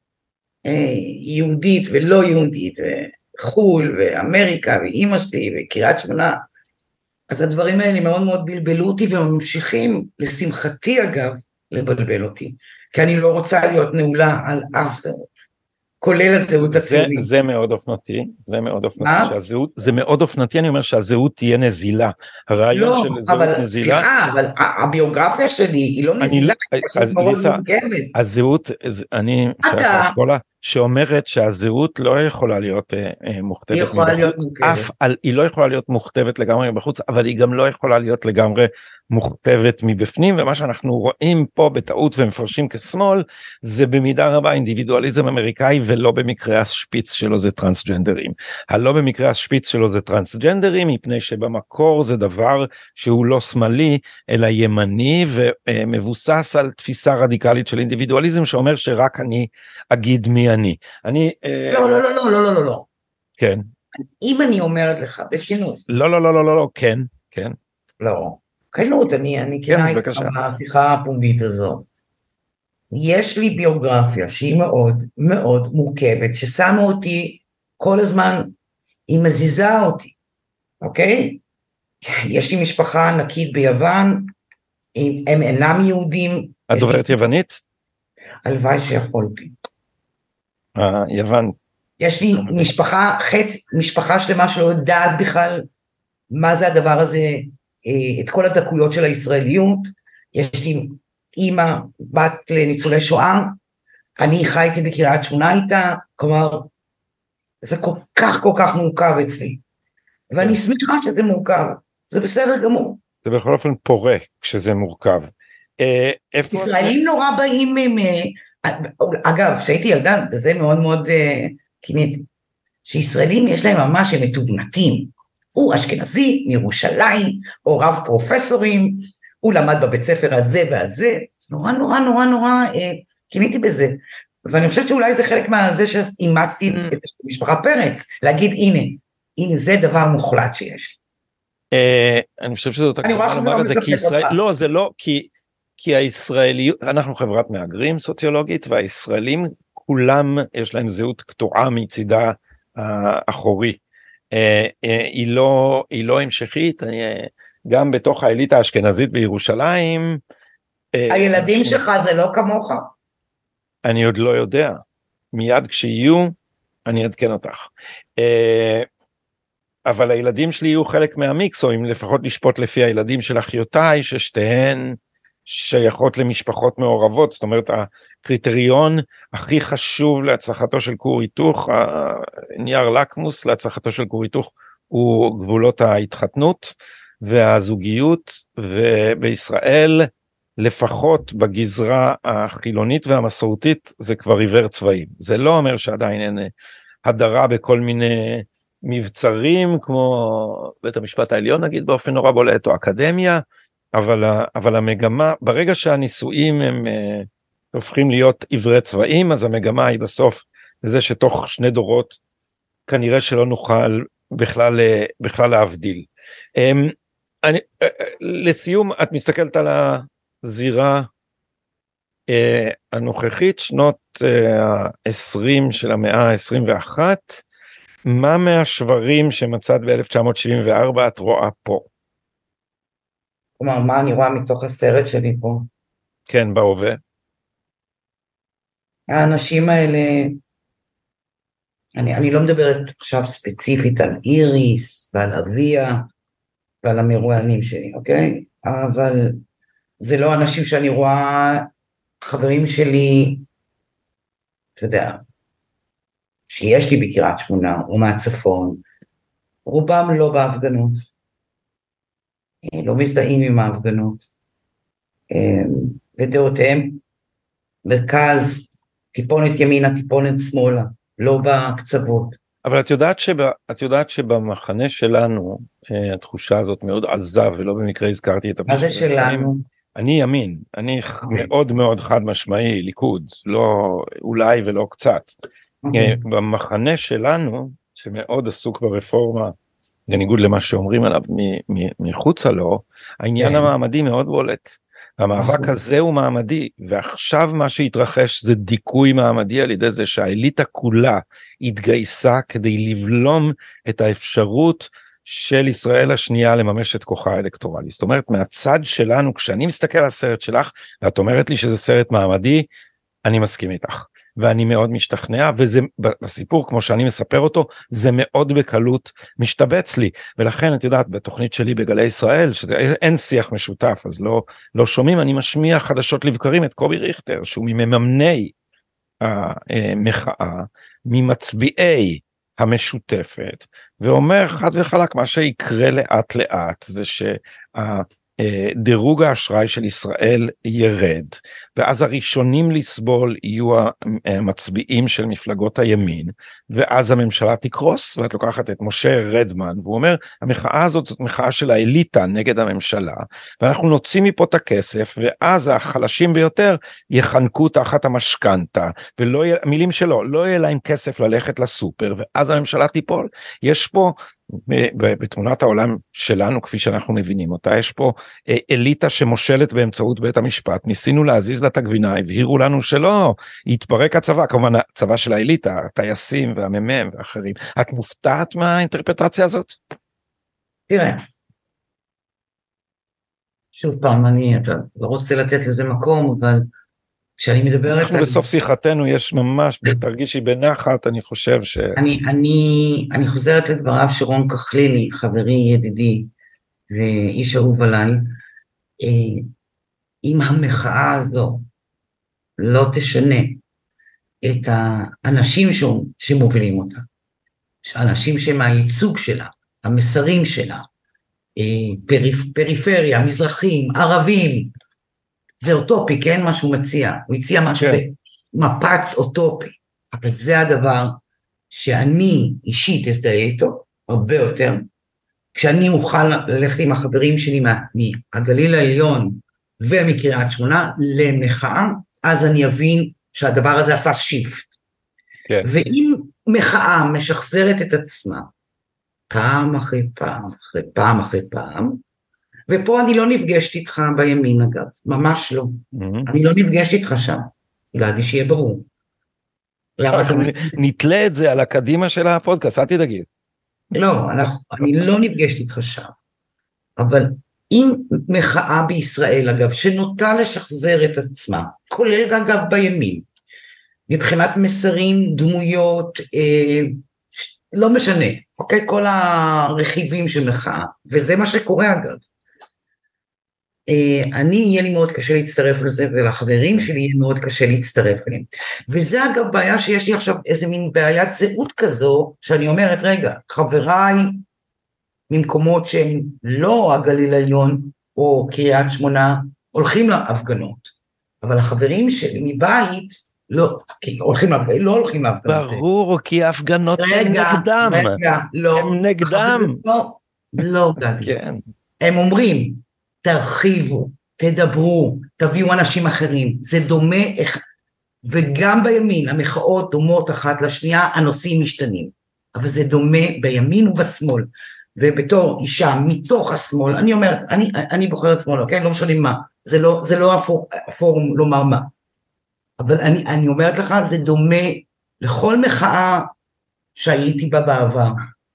יהודית ולא יהודית, חול ואמריקה ואימא שלי וקריית שמונה, אז הדברים האלה מאוד מאוד בלבלו אותי, וממשיכים לשמחתי אגב לבלבל אותי, כי אני לא רוצה להיות נעולה על אף זהות, כולל הזהות הציונית. זה מאוד אופנתי, זה מאוד אופנתי, אני אומר שהזהות תהיה נזילה, הרעיון של זהות נזילה. סליחה, אבל הביוגרפיה שלי היא לא נזילה, הזהות, אני שייך לאסכולה, שאומרת שהזהות לא יכולה להיות מוכתבת מבחוץ, היא לא יכולה להיות מוכתבת לגמרי מבחוץ, אבל היא גם לא יכולה להיות לגמרי מוכתבת מבפנים, ומה שאנחנו רואים פה בטעות ומפרשים כשמאל, זה במידה רבה אינדיבידואליזם אמריקאי, ולא במקרה השפיץ שלו זה טרנסג'נדרים. הלא במקרה השפיץ שלו זה טרנסג'נדרים, מפני שבמקור זה דבר שהוא לא שמאלי, אלא ימני, ומבוסס על תפיסה רדיקלית של אינדיבידואליזם, שאומר שרק אני אגיד מי אני. לא. כן. אם אני אומרת לך, בכנות. לא, כן. לא. כנות, אני כנה איתך בשיחה הפומבית הזו. יש לי ביוגרפיה שהיא מאוד מאוד מורכבת, ששמה אותי כל הזמן, היא מזיזה אותי, אוקיי? יש לי משפחה ענקית ביוון, הם אינם יהודים. את דוברת יוונית? הלוואי שיכולתי. יוון. יש לי משפחה שלמה שלא יודעת בכלל מה זה הדבר הזה, את כל הדקויות של הישראליות, יש לי אימא, בת לניצולי שואה, אני חייתי בקריית שמונה איתה, כלומר, זה כל כך מורכב אצלי, ואני שמחה שזה מורכב, זה בסדר גמור. זה בכל אופן פורה כשזה מורכב. ישראלים נורא באים, אגב, שהייתי ילדה, זה מאוד מאוד כיניתי, שישראלים יש להם ממש, הם מתובנתים, הוא אשכנזי, מירושלים, או רב פרופסורים, הוא למד בבית ספר הזה והזה, נורא, כיניתי בזה, ואני חושבת שאולי זה חלק מהזה שאימצתי את המשפחה פרץ, להגיד הנה זה דבר מוחלט שיש. אני חושב שזאת אני רואה שזה לא מספק אותך. לא, זה לא, כי הישראליות, אנחנו חברת מהגרים סוציולוגית, והישראלים כולם יש להם זהות קטועה מצידה האחורי, היא לא המשכית, גם בתוך האליטה האשכנזית בירושלים. הילדים שלך זה לא כמוך? אני עוד לא יודע, מיד כשיהיו, אני אעדכן אותך. אבל הילדים שלי יהיו חלק מהמיקס, או אם לפחות לשפוט לפי הילדים של אחיותיי, ששתיהן שייכות למשפחות מעורבות, זאת אומרת, הקריטריון הכי חשוב להצלחתו של כור היתוך, נייר לקמוס להצלחתו של כור היתוך, הוא גבולות ההתחתנות והזוגיות, ובישראל, לפחות בגזרה החילונית והמסורתית, זה כבר עיוור צבעים. זה לא אומר שעדיין אין הדרה בכל מיני מבצרים, כמו בית המשפט העליון, נגיד באופן נורא בולט, או אקדמיה, אבל המגמה, ברגע שהנישואים הם הופכים להיות עיוורי צבעים, אז המגמה היא בסוף לזה שתוך 2 דורות, כנראה שלא נוכל בכלל להבדיל. לסיום, את מסתכלת על הזירה הנוכחית, שנות ה-20 של המאה ה-21, מה מהשברים שמצאת ב-1974 את רואה פה? כלומר, מה אני רואה מתוך הסרט שלי פה? כן, בהווה. האנשים האלה, אני לא מדברת עכשיו ספציפית על איריס ועל אביה ועל המרואיינים שלי, אוקיי? אבל זה לא אנשים שאני רואה, חברים שלי, אתה יודע, שיש לי בקריית שמונה או מהצפון, רובם לא בהפגנות, לא מזדהים עם ההפגנות, ודעותיהם מרכז, טיפונת ימינה, טיפונת שמאלה, לא בקצוות. אבל את יודעת שבמחנה שלנו, התחושה הזאת מאוד עזה, ולא במקרה הזכרתי את מה זה שלנו? אני ימין, אני מאוד מאוד חד משמעי, ליכוד, לא אולי ולא קצת. במחנה שלנו, שמאוד עסוק ברפורמה, בניגוד למה שאומרים עליו מחוצה לו, העניין המעמדי מאוד בולט. המאבק הזה הוא מעמדי, ועכשיו מה שהתרחש זה דיכוי מעמדי על ידי זה שהאליטה כולה התגייסה כדי לבלום את האפשרות של ישראל השנייה לממש את כוחה האלקטורלי. זאת אומרת, מהצד שלנו, כשאני מסתכל על הסרט שלך, ואת אומרת לי שזה סרט מעמדי, אני מסכים איתך. ואני מאוד משתכנע, וזה בסיפור כמו שאני מספר אותו, זה מאוד בקלות משתבץ לי, ולכן את יודעת בתוכנית שלי בגלי ישראל, שאין שיח משותף, אז לא שומעים, אני משמיע חדשות לבקרים את קובי ריכטר, שהוא מממני המחאה, ממצביעי המשותפת, ואומר חד וחלק, מה שיקרה לאט לאט, זה דירוג האשראי של ישראל ירד, ואז הראשונים לסבול יהיו המצביעים של מפלגות הימין, ואז הממשלה תקרוס, ואת לוקחת את משה רדמן, והוא אומר, המחאה הזאת זאת מחאה של האליטה נגד הממשלה, ואנחנו נוציא מפה את הכסף, ואז החלשים ביותר יחנקו תחת המשכנתה, מילים שלו, לא יהיה להם כסף ללכת לסופר, ואז הממשלה תיפול. יש פה, בתמונת העולם שלנו, כפי שאנחנו מבינים אותה, יש פה אליטה שמושלת באמצעות בית המשפט, ניסינו להזיז לה את הגבינה, הבהירו לנו שלא, יתפרק הצבא, כמובן הצבא של האליטה, הטייסים והממם ואחרים. את מופתעת מהאינטרפטציה הזאת? תראה, שוב פעם, אתה לא רוצה לתת לזה מקום, אבל כשאני מדברת... אנחנו בסוף שיחתנו, יש ממש, תרגישי בנחת, אני חושב ש... אני חוזרת לדבריו שרון כחלילי, חברי ידידי, ואיש אהוב עליי, אם המחאה הזו לא תשנה את האנשים שמובילים אותה, אנשים שמהייצוג שלה, המסרים שלה, פריפריה, מזרחים, ערבים, זה אוטופי, כן? מה שהוא מציע, הוא הציע משהו מפץ אוטופי, אבל זה הדבר שאני אישית אזדהה איתו, הרבה יותר, כשאני אוכל ללכת עם החברים שלי מהגליל העליון ומקריית שמונה למחאה, אז אני אבין שהדבר הזה עשה שיפט. כן. ואם מחאה משחזרת את עצמה, פעם אחרי פעם, אחרי פעם אחרי פעם, ופה אני לא נפגשת איתך בימין אגב, ממש לא. אני לא נפגשת איתך שם, גדי, שיהיה ברור. נתלה את זה על הקדימה של הפודקאסט, אל תדאגי. לא, אני לא נפגשת איתך שם, אבל אם מחאה בישראל אגב, שנוטה לשחזר את עצמה, כולל אגב בימין, מבחינת מסרים, דמויות, לא משנה, אוקיי? כל הרכיבים של מחאה, וזה מה שקורה אגב. יהיה לי מאוד קשה להצטרף לזה, ולחברים שלי יהיה מאוד קשה להצטרף אליהם. וזה אגב בעיה שיש לי עכשיו איזה מין בעיית זהות כזו, שאני אומרת, רגע, חבריי ממקומות שהם לא הגליל העליון, או קריית שמונה, הולכים להפגנות. אבל החברים שלי מבית, לא הולכים להפגנות. ברור, כי ההפגנות הם נגדם. רגע, לא. הם נגדם. לא, גדי. כן. הם אומרים, תרחיבו, תדברו, תביאו אנשים אחרים, זה דומה, וגם בימין, המחאות דומות אחת לשנייה, הנושאים משתנים, אבל זה דומה בימין ובשמאל, ובתור אישה מתוך השמאל, אני אומרת, אני בוחרת שמאל, אוקיי? לא משנה מה, זה לא הפורום לומר מה, אבל אני אומרת לך, זה דומה לכל מחאה שהייתי בה בעבר,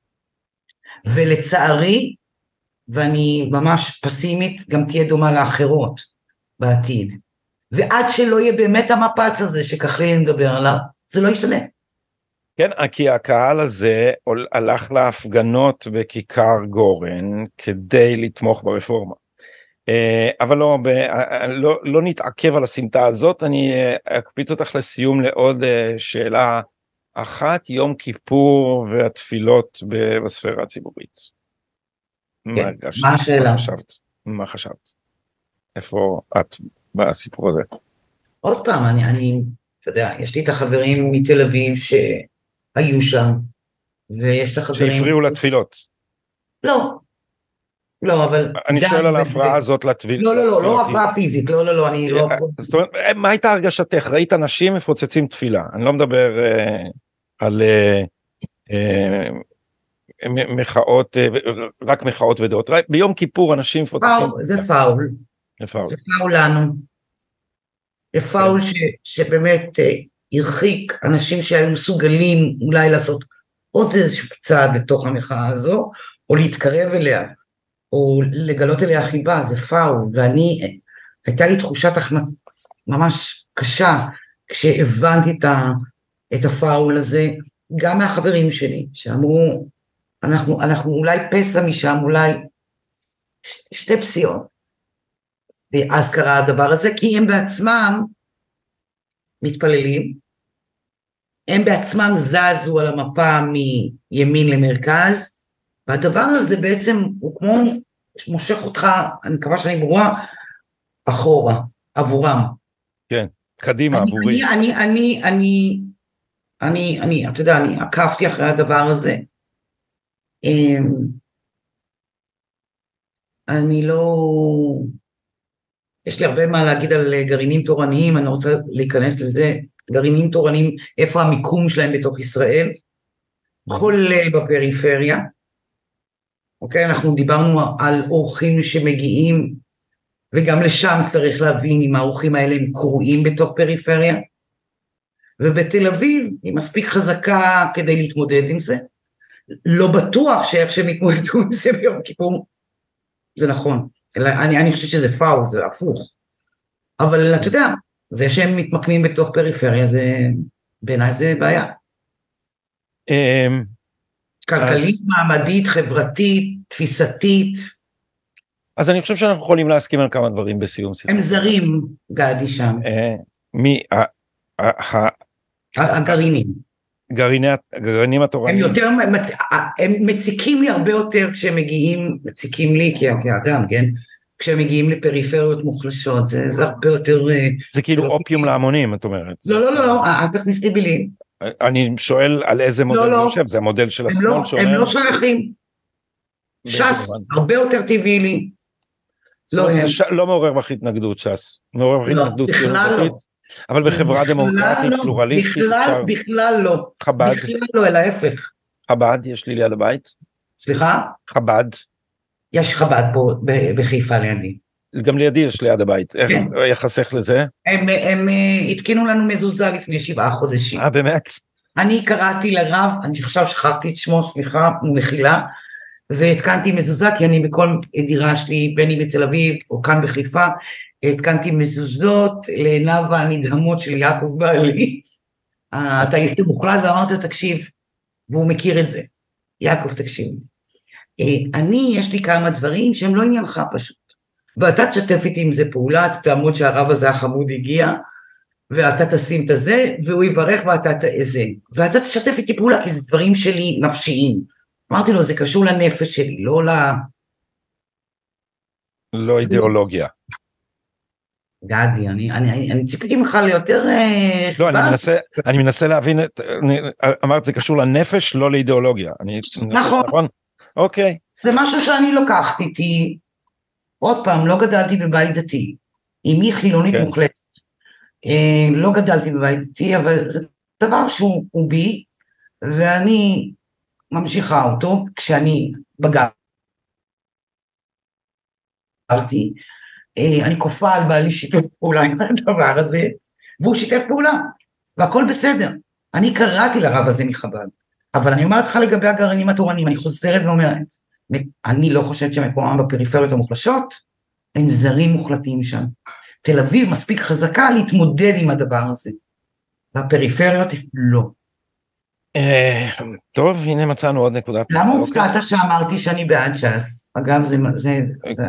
ולצערי, ואני ממש פסימית, גם תהיה דומה לאחרות בעתיד. ועד שלא יהיה באמת המפץ הזה שכחלי מדבר עליו, זה לא ישתנה. כן, כי הקהל הזה הלך להפגנות בכיכר גורן כדי לתמוך ברפורמה. אבל לא נתעכב על הסמטה הזאת, אני אקפיץ אותך לסיום לעוד שאלה אחת, יום כיפור והתפילות בספירה הציבורית. מה השאלה? מה חשבת? איפה את בסיפור הזה? עוד פעם, אתה יודע, יש לי את החברים מתל אביב שהיו שם, ויש את החברים... שהפריעו לתפילות. לא, אבל... אני שואל על ההפרעה הזאת לתפילות. לא הפרעה פיזית, לא, אני לא... זאת אומרת, מה הייתה הרגשתך? ראית אנשים מפוצצים תפילה, אני לא מדבר על... מחאות, רק מחאות ודעות, ביום כיפור אנשים זה פאול, זה פאול לנו, זה פאול שבאמת הרחיק אנשים שהיו מסוגלים אולי לעשות עוד איזשהו צעד לתוך המחאה הזו, או להתקרב אליה, או לגלות אליה חיבה, זה פאול, הייתה לי תחושת ממש קשה, כשהבנתי את הפאול הזה, גם מהחברים שלי, שאמרו, אנחנו אולי פסע משם, אולי שתי פסיעות, ואז קרה הדבר הזה, כי הם בעצמם מתפללים, הם בעצמם זזו על המפה מימין למרכז, והדבר הזה בעצם הוא כמו מושך אותך, אני מקווה שאני ברורה, אחורה, עבורם. כן, קדימה, עבורי. אתה יודע, אני עקבתי אחרי הדבר הזה, אני לא, יש לי הרבה מה להגיד על גרעינים תורניים, אני לא רוצה להיכנס לזה, גרעינים תורניים, איפה המיקום שלהם בתוך ישראל, כולל בפריפריה, אוקיי, אנחנו דיברנו על אורחים שמגיעים, וגם לשם צריך להבין אם האורחים האלה הם קרואים בתוך פריפריה, ובתל אביב היא מספיק חזקה כדי להתמודד עם זה, לא בטוח שאיך שהם יתמודדו עם זה ביום כיפור, זה נכון, אני חושבת שזה פאול, זה הפוך, אבל אתה יודע, זה שהם מתמקמים בתוך פריפריה, זה בעיניי זה בעיה. כלכלית, מעמדית, חברתית, תפיסתית, אז אני חושב שאנחנו יכולים להסכים על כמה דברים בסיום שיחה. הם זרים, גדי שם. מי? הגרעינים. גרעינים התורניים. הם מציקים לי הרבה יותר כשהם מגיעים, מציקים לי כאדם, כן? כשהם מגיעים לפריפריות מוחלשות, זה הרבה יותר... זה כאילו אופיום להמונים, את אומרת. לא, אל תכניס לי בילים. אני שואל על איזה מודל זה יושב, זה המודל של השמאל שאומר... הם לא שייכים. ש"ס, הרבה יותר טבעי לי. לא מעורר בך התנגדות ש"ס. מעורר בך התנגדות בכלל לא. אבל בחברה דמוקרטית, פלורליסטית. בכלל לא. חב"ד. בכלל לא, אלא ההפך. חב"ד, יש לי ליד הבית. סליחה? חב"ד. יש חב"ד פה בחיפה לידי. גם לידי יש ליד הבית. איך יחסך לזה? הם התקינו לנו מזוזה לפני 7 חודשים. באמת? אני קראתי לרב, אני עכשיו שכחתי את שמו, סליחה, מחילה, והתקנתי מזוזה, כי אני בכל דירה שלי, בין אם בתל אביב או כאן בחיפה, התקנתי מזוזות לעיניו הנדהמות של יעקב בעלי, הטייסט המוחלט, ואמרתי לו, תקשיב, והוא מכיר את זה, יעקב תקשיב, יש לי כמה דברים שהם לא עניינך פשוט, ואתה תשתף איתי עם זה פעולה, אתה תעמוד שהרב הזה החמוד הגיע, ואתה תשים את זה, והוא יברך ואתה תשתף איתי פעולה, כי זה דברים שלי נפשיים. אמרתי לו, זה קשור לנפש שלי, לא אידיאולוגיה. גדי, אני ציפיתי ממך ליותר... לא, אני מנסה להבין, אמרת, זה קשור לנפש, לא לאידיאולוגיה. נכון. אוקיי. זה משהו שאני לוקחת איתי, עוד פעם, לא גדלתי בבית דתי, אמי חילונית מוחלטת, לא גדלתי בבית דתי, אבל זה דבר שהוא בי, ואני ממשיכה אותו, כשאני בגרתי, אני כופה על בעלי שיתף פעולה עם הדבר הזה, והוא שיתף פעולה, והכל בסדר. אני קראתי לרב הזה מחב"ד, אבל אני אומרת לך לגבי הגרעינים התורניים, אני חוזרת ואומרת, אני לא חושבת שמקומם בפריפריות המוחלשות, הם זרים מוחלטים שם. תל אביב מספיק חזקה להתמודד עם הדבר הזה. בפריפריות לא. טוב, הנה מצאנו עוד נקודה. למה הופתעת שאמרתי שאני בעד ש"ס? אגב, זה...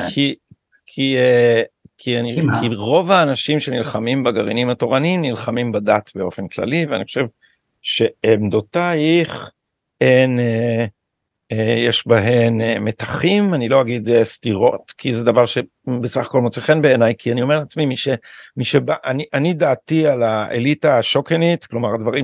כי רוב האנשים שנלחמים בגרעינים התורניים נלחמים בדת באופן כללי, ואני חושב שעמדותייך יש בהן מתחים, אני לא אגיד סתירות, כי זה דבר שבסך הכל מוצא חן בעיניי, כי אני אומר לעצמי, אני דעתי על האליטה השוקנית, כלומר הדברים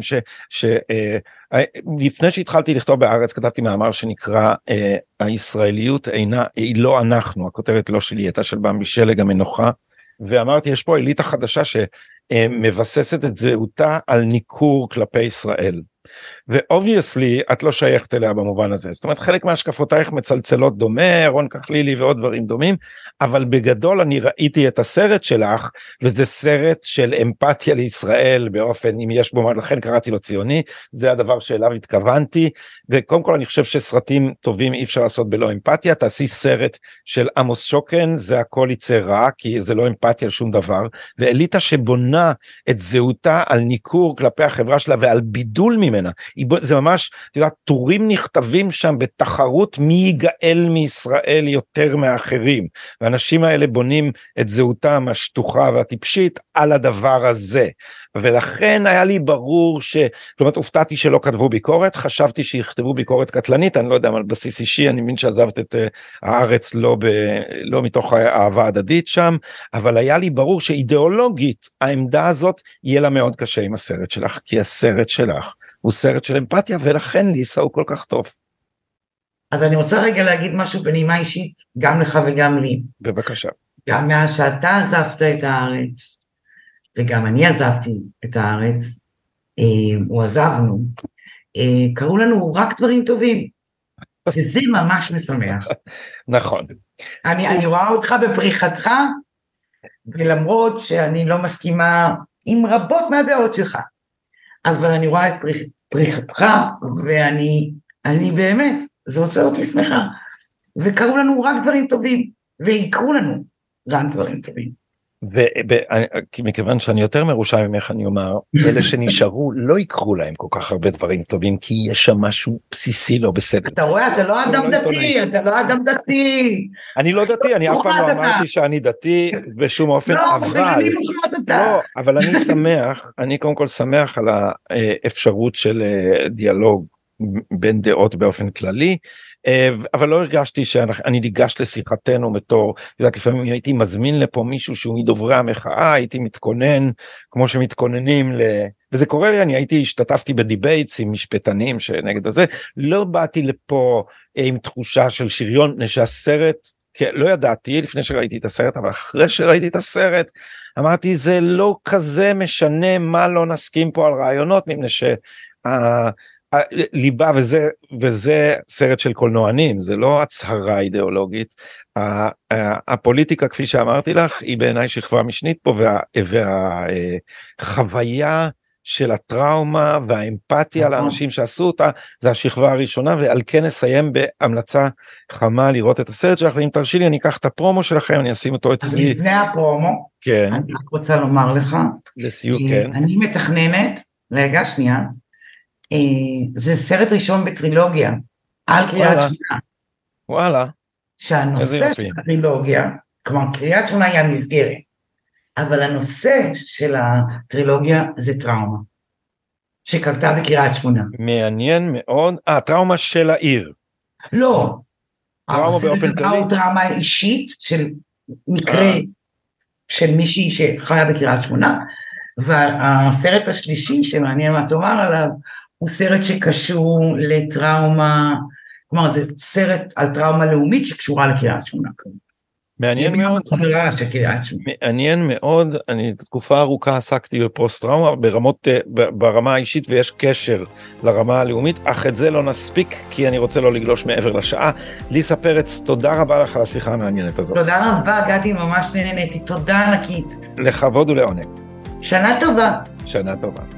לפני שהתחלתי לכתוב בארץ, כתבתי מאמר שנקרא הישראליות היא לא אנחנו, הכותרת לא שלי, הייתה של במבי שלג המנוחה, ואמרתי יש פה אליטה חדשה שמבססת את זהותה על ניכור כלפי ישראל. ואובייסלי את לא שייכת אליה במובן הזה, זאת אומרת חלק מהשקפותייך מצלצלות דומה, רון כחלילי ועוד דברים דומים, אבל בגדול אני ראיתי את הסרט שלך, וזה סרט של אמפתיה לישראל באופן, אם יש בו, לכן קראתי לו ציוני, זה הדבר שאליו התכוונתי, וקודם כל אני חושב שסרטים טובים אי אפשר לעשות בלא אמפתיה, תעשי סרט של עמוס שוקן, זה הכל יצא רע, כי זה לא אמפתיה על שום דבר, ואליטה שבונה את זהותה על ניכור כלפי החברה שלה ועל בידול ממנה, זה ממש, טורים נכתבים שם בתחרות מי יגאל מישראל יותר מאחרים, והאנשים האלה בונים את זהותם השטוחה והטיפשית על הדבר הזה, ולכן היה לי ברור כלומר הופתעתי שלא כתבו ביקורת, חשבתי שיכתבו ביקורת קטלנית, אני לא יודע, על בסיס אישי, אני מבין שעזבת את הארץ לא מתוך האהבה הדדית שם, אבל היה לי ברור שאידיאולוגית העמדה הזאת יהיה לה מאוד קשה עם הסרט שלך, כי הסרט שלך הוא סרט של אמפתיה, ולכן ליסה הוא כל כך טוב. אז אני רוצה רגע להגיד משהו בנימה אישית, גם לך וגם לי. בבקשה. גם מאז שאתה עזבת את הארץ, וגם אני עזבתי את הארץ, או עזבנו, קראו לנו רק דברים טובים, וזה ממש משמח. נכון. אני רואה אותך בפריחתך, ולמרות שאני לא מסכימה עם רבות מהדעות שלך, אבל אני רואה את פריחתך, ואני באמת, זה עושה אותי שמחה, וקראו לנו רק דברים טובים, ויקראו לנו רק דברים טובים. מכיוון שאני יותר מרושע ממך, אני אומר, אלה שנשארו לא יקחו להם כל כך הרבה דברים טובים, כי יש שם משהו בסיסי לא בסדר. אתה רואה, אתה לא אדם דתי, אתה לא אדם דתי. אני לא דתי, אני אף פעם לא אמרתי שאני דתי בשום אופן, אבל אני שמח, אני קודם כל שמח על האפשרות של דיאלוג בין דעות באופן כללי, אבל לא הרגשתי שאני ניגש לשיחתנו בתור, לפעמים הייתי מזמין לפה מישהו שהוא מדוברי המחאה, הייתי מתכונן כמו שמתכוננים וזה קורה לי, השתתפתי בדיבייטס עם משפטנים שנגד הזה, לא באתי לפה עם תחושה של שריון, שהסרט, לא ידעתי לפני שראיתי את הסרט, אבל אחרי שראיתי את הסרט, אמרתי זה לא כזה משנה מה לא נסכים פה על רעיונות, מפני ליבה, וזה סרט של קולנוענים, זה לא הצהרה אידיאולוגית, הפוליטיקה כפי שאמרתי לך, היא בעיניי שכבה משנית פה, והחוויה של הטראומה והאמפתיה לאנשים שעשו אותה, זה השכבה הראשונה, ועל כן נסיים בהמלצה חמה לראות את הסרט שלך, ואם תרשי לי אני אקח את הפרומו שלכם, אני אשים אותו אצלי. אז לפני הפרומו, כן. אני רק רוצה לומר לך, לסיום, כן. אני מתכננת, רגע שנייה, זה סרט ראשון בטרילוגיה, על קריית שמונה. וואלה. שהנושא של הטרילוגיה, כלומר קריית שמונה היא המסגרת, אבל הנושא של הטרילוגיה זה טראומה, שקרתה בקריית שמונה. מעניין מאוד, טראומה של העיר. לא. טראומה באופן כללי. טראומה אישית של מקרה של מישהי שחיה בקריית שמונה, והסרט השלישי שמעניין מה תאמר עליו, הוא סרט שקשור לטראומה, כלומר זה סרט על טראומה לאומית שקשורה לקריית שמונה. מעניין מאוד, מעניין מאוד, אני תקופה ארוכה עסקתי בפוסט טראומה, ברמה האישית ויש קשר לרמה הלאומית, אך את זה לא נספיק, כי אני רוצה לא לגלוש מעבר לשעה. ליסה פרץ, תודה רבה לך על השיחה המעניינת הזאת. תודה רבה, גדי, ממש נהניתי, תודה ענקית. לכבוד ולעונג. שנה טובה. שנה טובה.